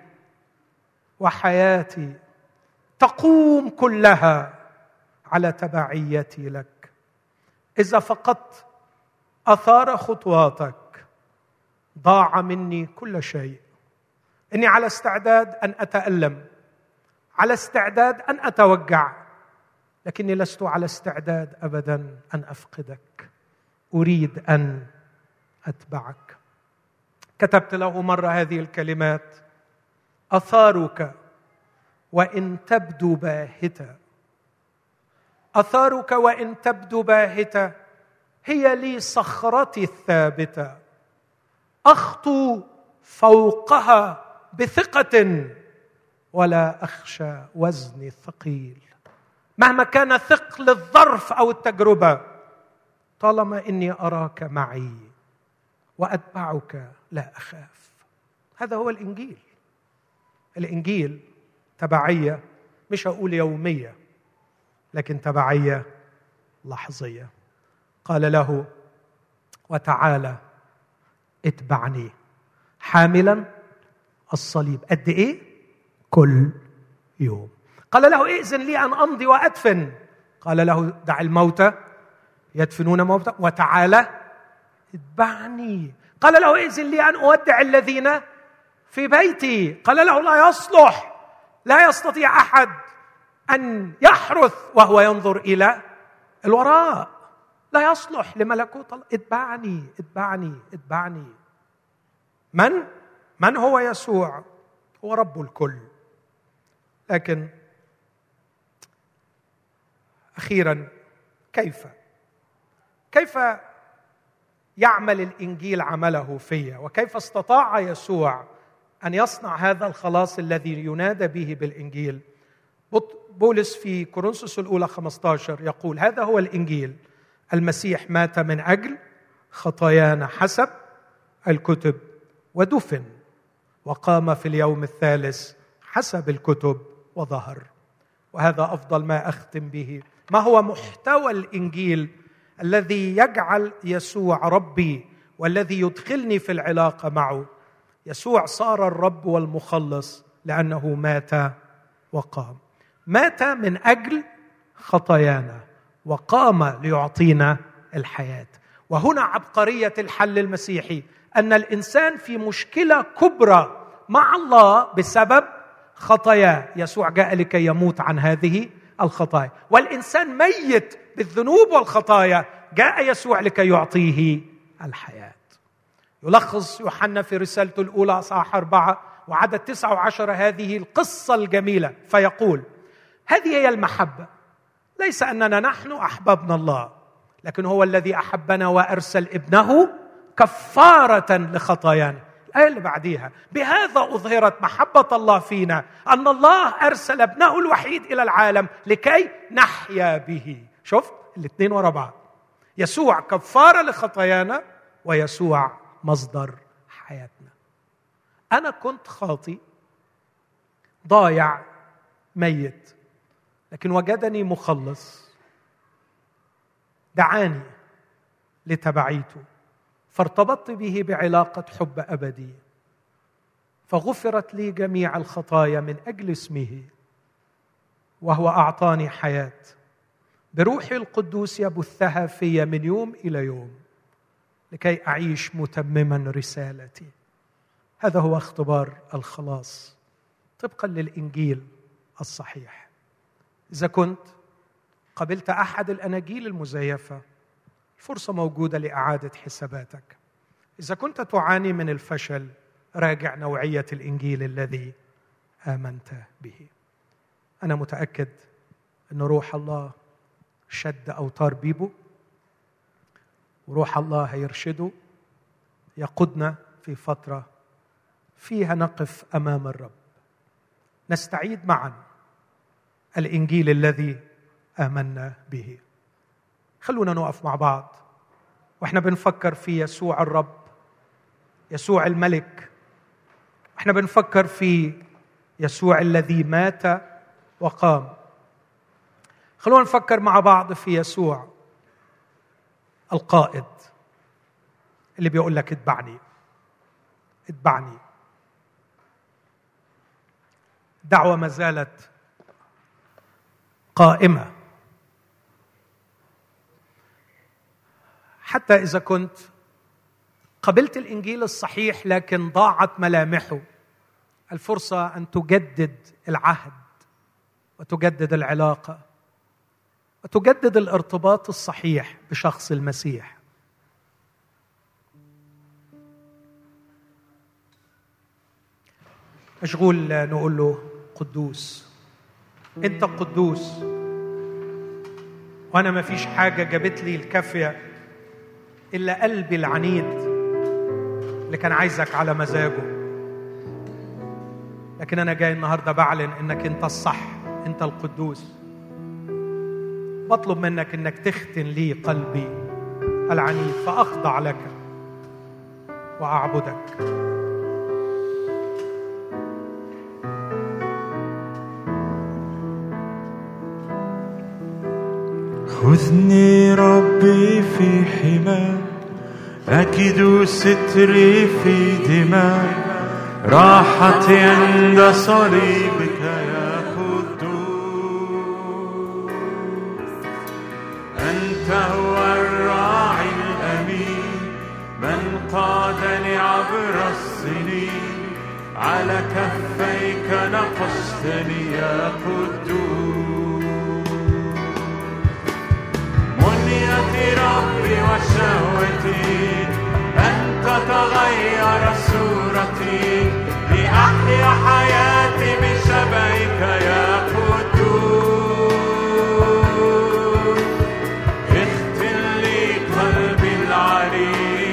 وحياتي تقوم كلها على تبعيتي لك. إذا فقدت أثار خطواتك ضاع مني كل شيء. إني على استعداد أن أتألم، على استعداد أن أتوجع، لكني لست على استعداد أبدا أن أفقدك. أريد أن أتبعك. كتبت له مرة هذه الكلمات: أثارك وإن تبدو باهتة، أثارك وإن تبدو باهتة هي لي صخرتي الثابتة، أخطو فوقها بثقة ولا أخشى وزني الثقيل. مهما كان ثقل الظرف أو التجربة، طالما إني أراك معي وأتبعك لا أخاف. هذا هو الإنجيل. الإنجيل تبعية، مش هقول يومية، لكن تبعية لحظية. قال له: وتعالى اتبعني حاملا الصليب. قد إيه؟ كل يوم. قال له: ائذن لي أن أمضي وأدفن. قال له: دع الموتى يدفنون موتى وتعالى اتبعني. قال له: ائذن لي أن أودع الذين في بيتي. قال له: لا يصلح، لا يستطيع أحد أن يحرث وهو ينظر إلى الوراء. لا يصلح لملكوت الله. اتبعني اتبعني اتبعني. من؟ من هو يسوع؟ هو رب الكل. لكن أخيرا، كيف؟ كيف يعمل الإنجيل عمله فيا، وكيف استطاع يسوع أن يصنع هذا الخلاص الذي ينادى به بالإنجيل. بولس في كورنثوس الأولى خمسة عشر يقول: هذا هو الإنجيل، المسيح مات من أجل خطايانا حسب الكتب، ودفن، وقام في اليوم الثالث حسب الكتب، وظهر. وهذا أفضل ما أختم به. ما هو محتوى الإنجيل الذي يجعل يسوع ربي والذي يدخلني في العلاقة معه؟ يسوع صار الرب والمخلص لأنه مات وقام. مات من أجل خطايانا وقام ليعطينا الحياة. وهنا عبقرية الحل المسيحي، أن الإنسان في مشكلة كبرى مع الله بسبب خطاياه. يسوع جاء لكي يموت عن هذه الخطايا، والإنسان ميت بالذنوب والخطايا، جاء يسوع لكي يعطيه الحياة. يلخص يوحنا في رسالته الأولى أصحاح أربعة وعدد تسعة وعشرة هذه القصة الجميلة، فيقول: هذه هي المحبة، ليس أننا نحن أحببنا الله، لكن هو الذي أحبنا وأرسل ابنه كفارة لخطايانا. الآية اللي بعديها: بهذا أظهرت محبة الله فينا، أن الله أرسل ابنه الوحيد إلى العالم لكي نحيا به. شفت الاثنين ورا بعض، يسوع كفارة لخطايانا، ويسوع مصدر حياتنا. أنا كنت خاطي ضايع ميت، لكن وجدني مخلص، دعاني لتبعيته، فارتبطت به بعلاقة حب أبدي، فغفرت لي جميع الخطايا من أجل اسمه، وهو أعطاني حياة بروحي القدوس يبثها في من يوم إلى يوم لكي أعيش متمما رسالتي. هذا هو اختبار الخلاص طبقا للإنجيل الصحيح. إذا كنت قبلت أحد الأناجيل المزيفة، فرصة موجودة لإعادة حساباتك. إذا كنت تعاني من الفشل، راجع نوعية الإنجيل الذي آمنت به. أنا متأكد أن روح الله شد أوتار بيبو، وروح الله هيرشده، يقودنا في فترة فيها نقف أمام الرب، نستعيد معا الإنجيل الذي آمنا به. خلونا نقف مع بعض وإحنا بنفكر في يسوع الرب، يسوع الملك. إحنا بنفكر في يسوع الذي مات وقام. خلونا نفكر مع بعض في يسوع القائد اللي بيقول لك اتبعني اتبعني. دعوة ما زالت قائمة، حتى إذا كنت قبلت الإنجيل الصحيح لكن ضاعت ملامحه. الفرصة أن تجدد العهد وتجدد العلاقة وتجدد الارتباط الصحيح بشخص المسيح. مشغول نقول له قدوس، أنت قدوس، وأنا ما فيش حاجة جابت لي الكافية إلا قلبي العنيد اللي كان عايزك على مزاجه. لكن أنا جاي النهاردة بعلن إنك أنت الصح، أنت القدوس. بطلب منك إنك تختن لي قلبي العنيد، فأخضع لك وأعبدك. خذني ربي في حماك، أكد ستري في دماء، راحتي عند صليبك يا قدوس. أنت هو الراعي الأمين، من قادني عبر السنين، على كفيك نقشتني يا قدوس. منيتي ربي وشهوتي أن تتغير صورتي، لأحيا حياتي بشبهك يا قدوس. اختن لي قلبي العليل،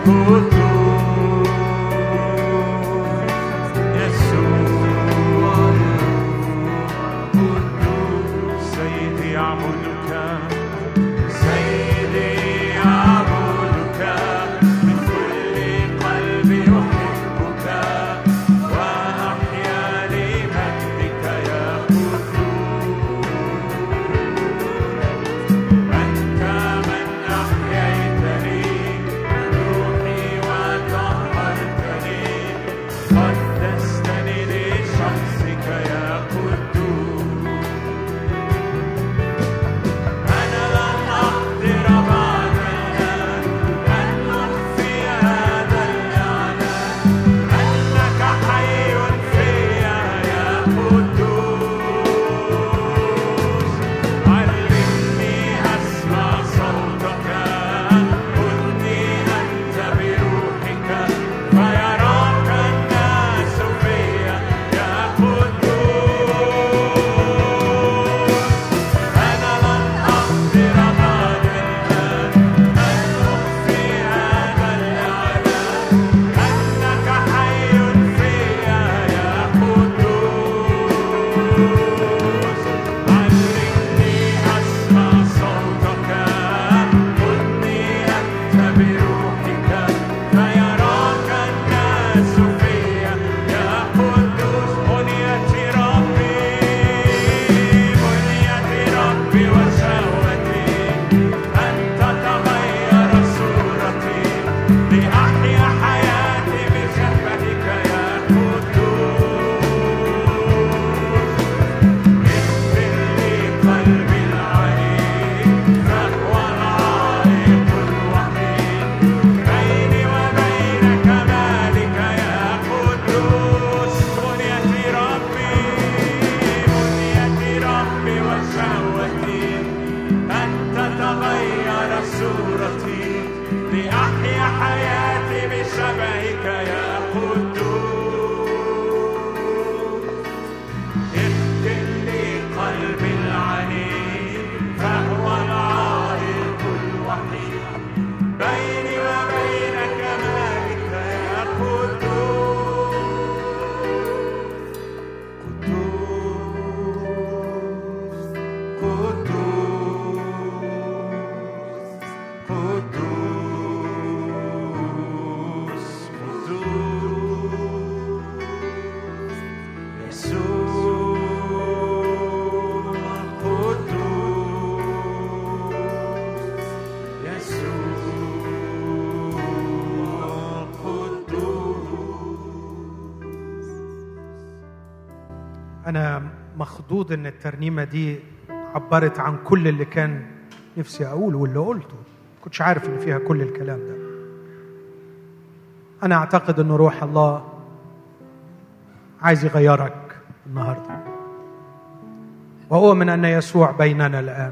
أنا مخضوض إن الترنيمة دي عبرت عن كل اللي كان نفسي أقوله واللي قلته، كنتش عارف إن فيها كل الكلام ده. أنا أعتقد إن روح الله عايز يغيرك النهاردة، وأؤمن أن يسوع بيننا الآن،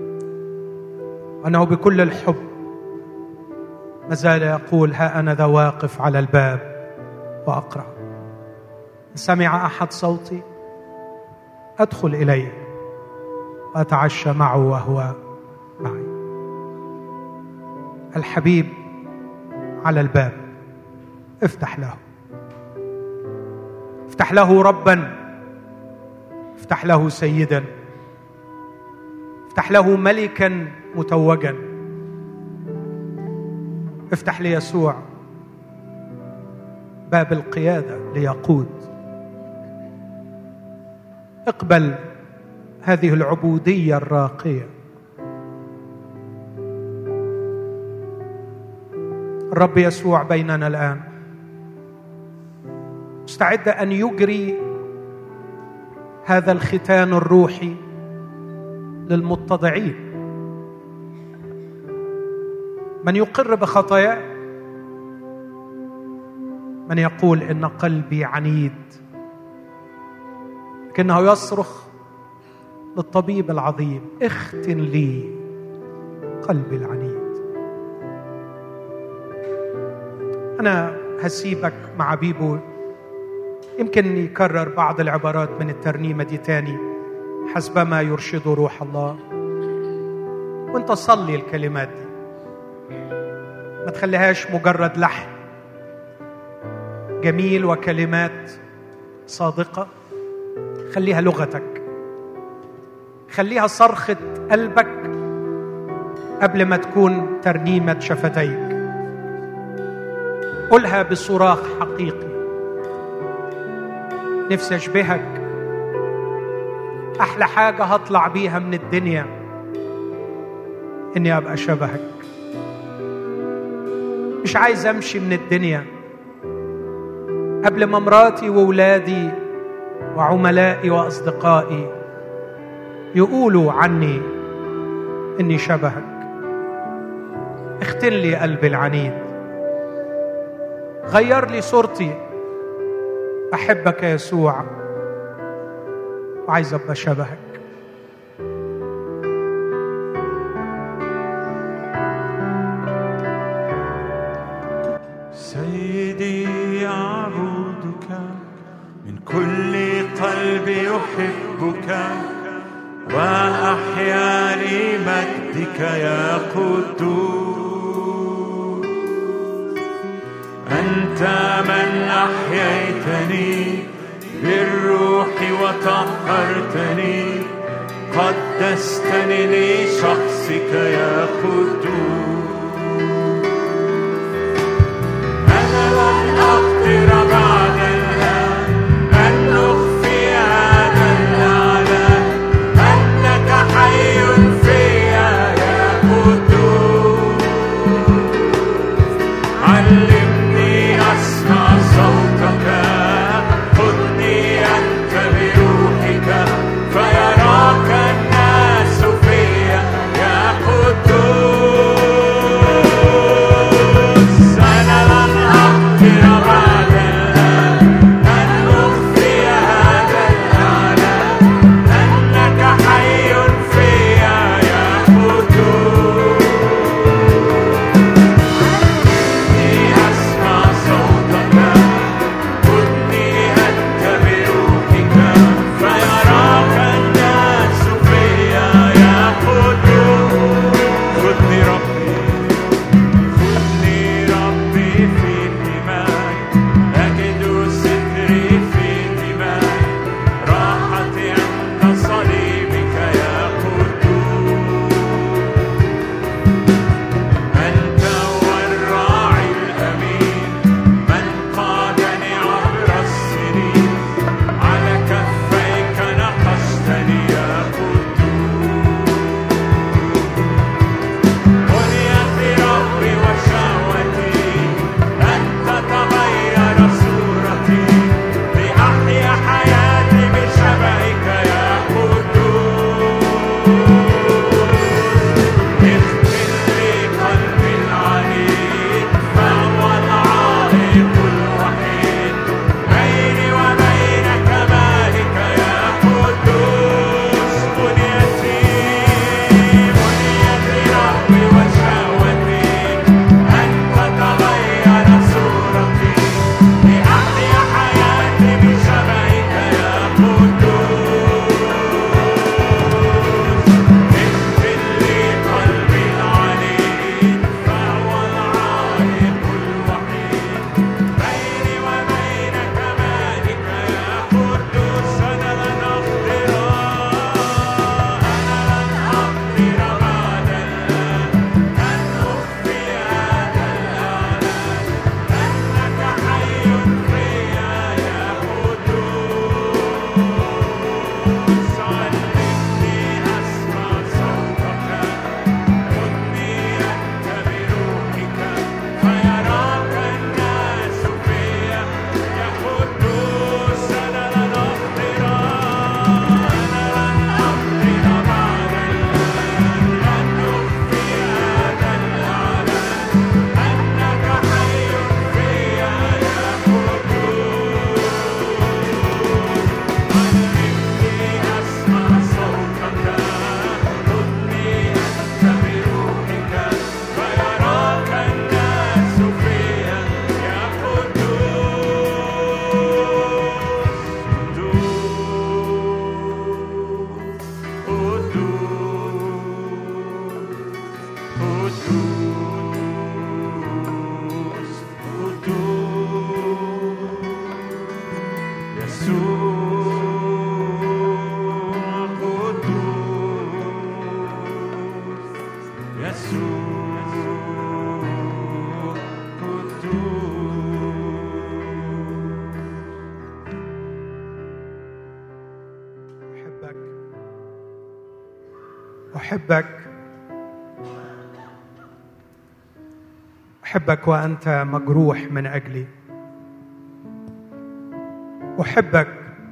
وأنه بكل الحب ما زال يقول: ها أنا ذا واقف على الباب وأقرع، إن سمع أحد صوتي أدخل إليه وأتعشى معه وهو معي. الحبيب على الباب، افتح له، افتح له ربا، افتح له سيدا، افتح له ملكا متوجا، افتح ليسوع باب القيادة ليقود. اقبل هذه العبودية الراقية. الرب يسوع بيننا الآن، مستعد أن يجري هذا الختان الروحي للمتضعين، من يقر بخطاياه، من يقول إن قلبي عنيد، لكنه يصرخ للطبيب العظيم: اختن لي قلبي العنيد. أنا هسيبك مع بيبو، يمكن يكرر بعض العبارات من الترنيمة دي تاني حسبما يرشد روح الله، وانت صلي الكلمات دي ما تخليهاش مجرد لحن جميل وكلمات صادقة، خليها لغتك، خليها صرخة قلبك قبل ما تكون ترنيمة شفتيك. قولها بصراخ حقيقي. نفسي أشبهك، أحلى حاجة هطلع بيها من الدنيا إني أبقى شبهك. مش عايز أمشي من الدنيا قبل ما مراتي وولادي وعملائي وأصدقائي يقولوا عني إني شبهك. اختن لي قلبي العنيد، غير لي صورتي. أحبك يا يسوع وعايز أبقى شبهك. سيدي أعبدك من كل قلبي، يحبك وأحيا لمجدك يا قدوس. أنت من أحييتني بالروح وطهرتني، قدستني لشخصك يا قدوس. أنا لن أقدر بعد الآن أن أخفي هذا الإعلان، أنك حي فيا يا قدوس. علمني أسمع صوتك، خذني أنت بروحك فيراك الناس فيا يا قدوس. أحبك أحبك وأنت مجروح من أجلي. أحبك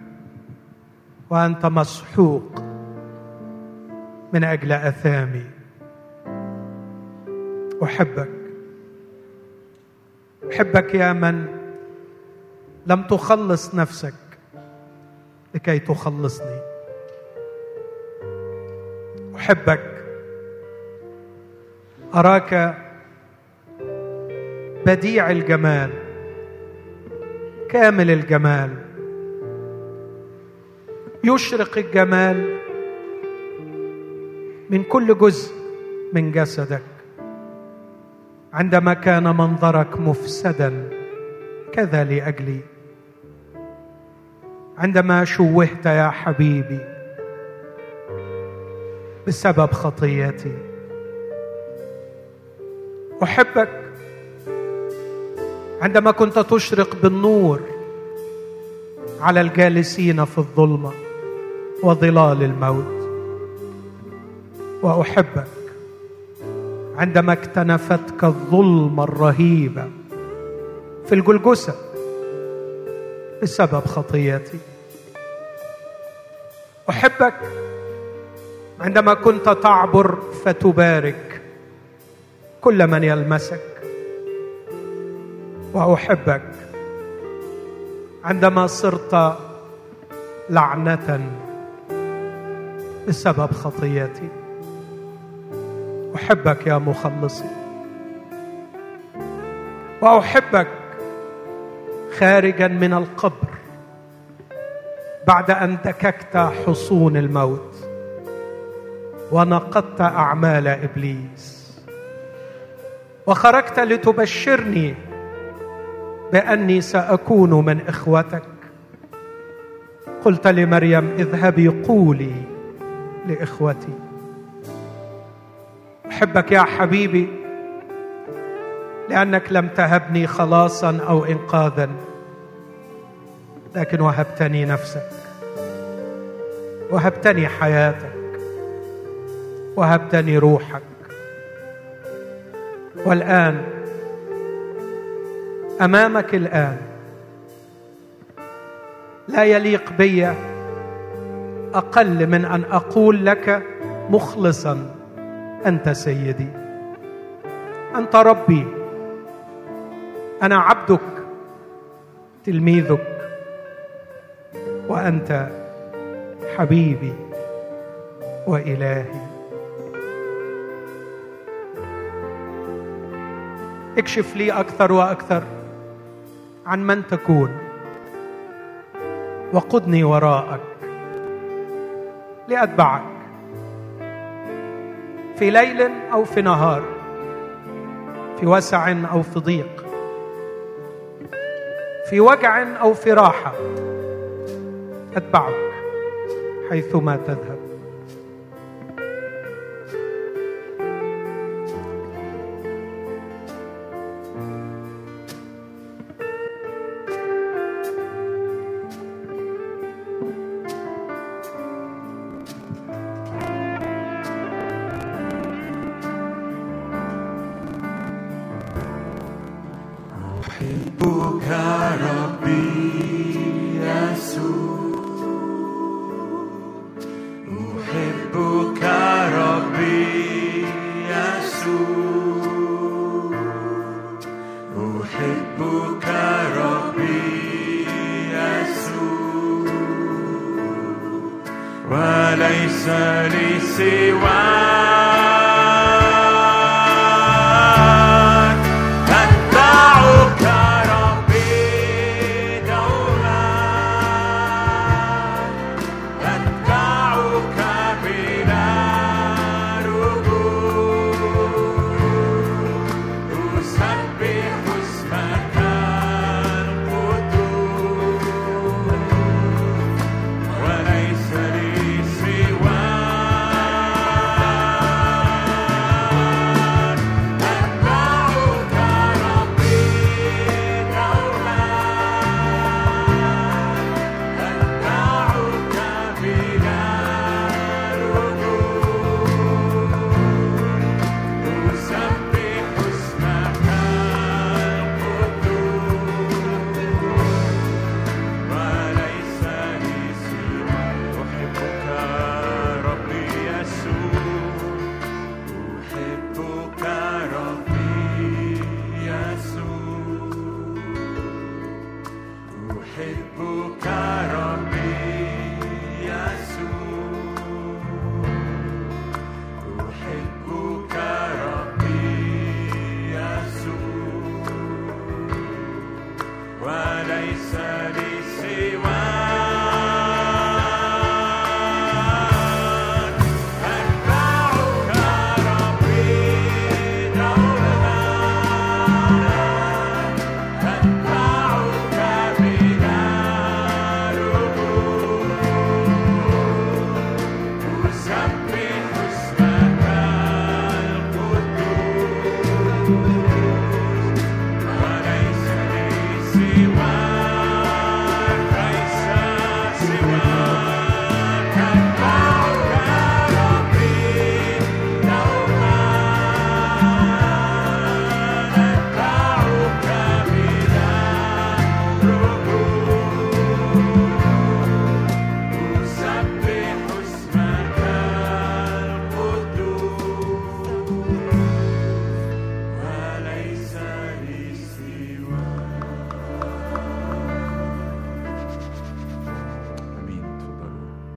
وأنت مسحوق من أجل آثامي. أحبك أحبك يا من لم تخلص نفسك لكي تخلصني. أحبك أراك بديع الجمال كامل الجمال، يشرق الجمال من كل جزء من جسدك. عندما كان منظرك مفسدا كذا لأجلي، عندما شوهت يا حبيبي بسبب خطيتي. أحبك عندما كنت تشرق بالنور على الجالسين في الظلمة وظلال الموت. وأحبك عندما اكتنفتك الظلمة الرهيبة في الجلجثة بسبب خطيتي. أحبك عندما كنت تعبر فتبارك كل من يلمسك. وأحبك عندما صرت لعنة بسبب خطيتي. أحبك يا مخلصي. وأحبك خارجا من القبر بعد أن دككت حصون الموت ونقضت أعمال إبليس، وخرجت لتبشرني بأني سأكون من إخوتك. قلت لمريم اذهبي قولي لإخوتي. أحبك يا حبيبي لأنك لم تهبني خلاصا أو إنقاذا، لكن وهبتني نفسك، وهبتني حياتك، وهبتني روحك. والآن أمامك الآن لا يليق بي أقل من أن أقول لك مخلصا أنت سيدي، أنت ربي، أنا عبدك تلميذك، وأنت حبيبي وإلهي. اكشف لي أكثر وأكثر عن من تكون، وقدني وراءك لأتبعك في ليل أو في نهار، في وسع أو في ضيق، في وجع أو في راحة. أتبعك حيثما تذهب. أحبك ربي يسوع، أحبك ربي يسوع، أحبك ربي يسوع، وليس لي سواك.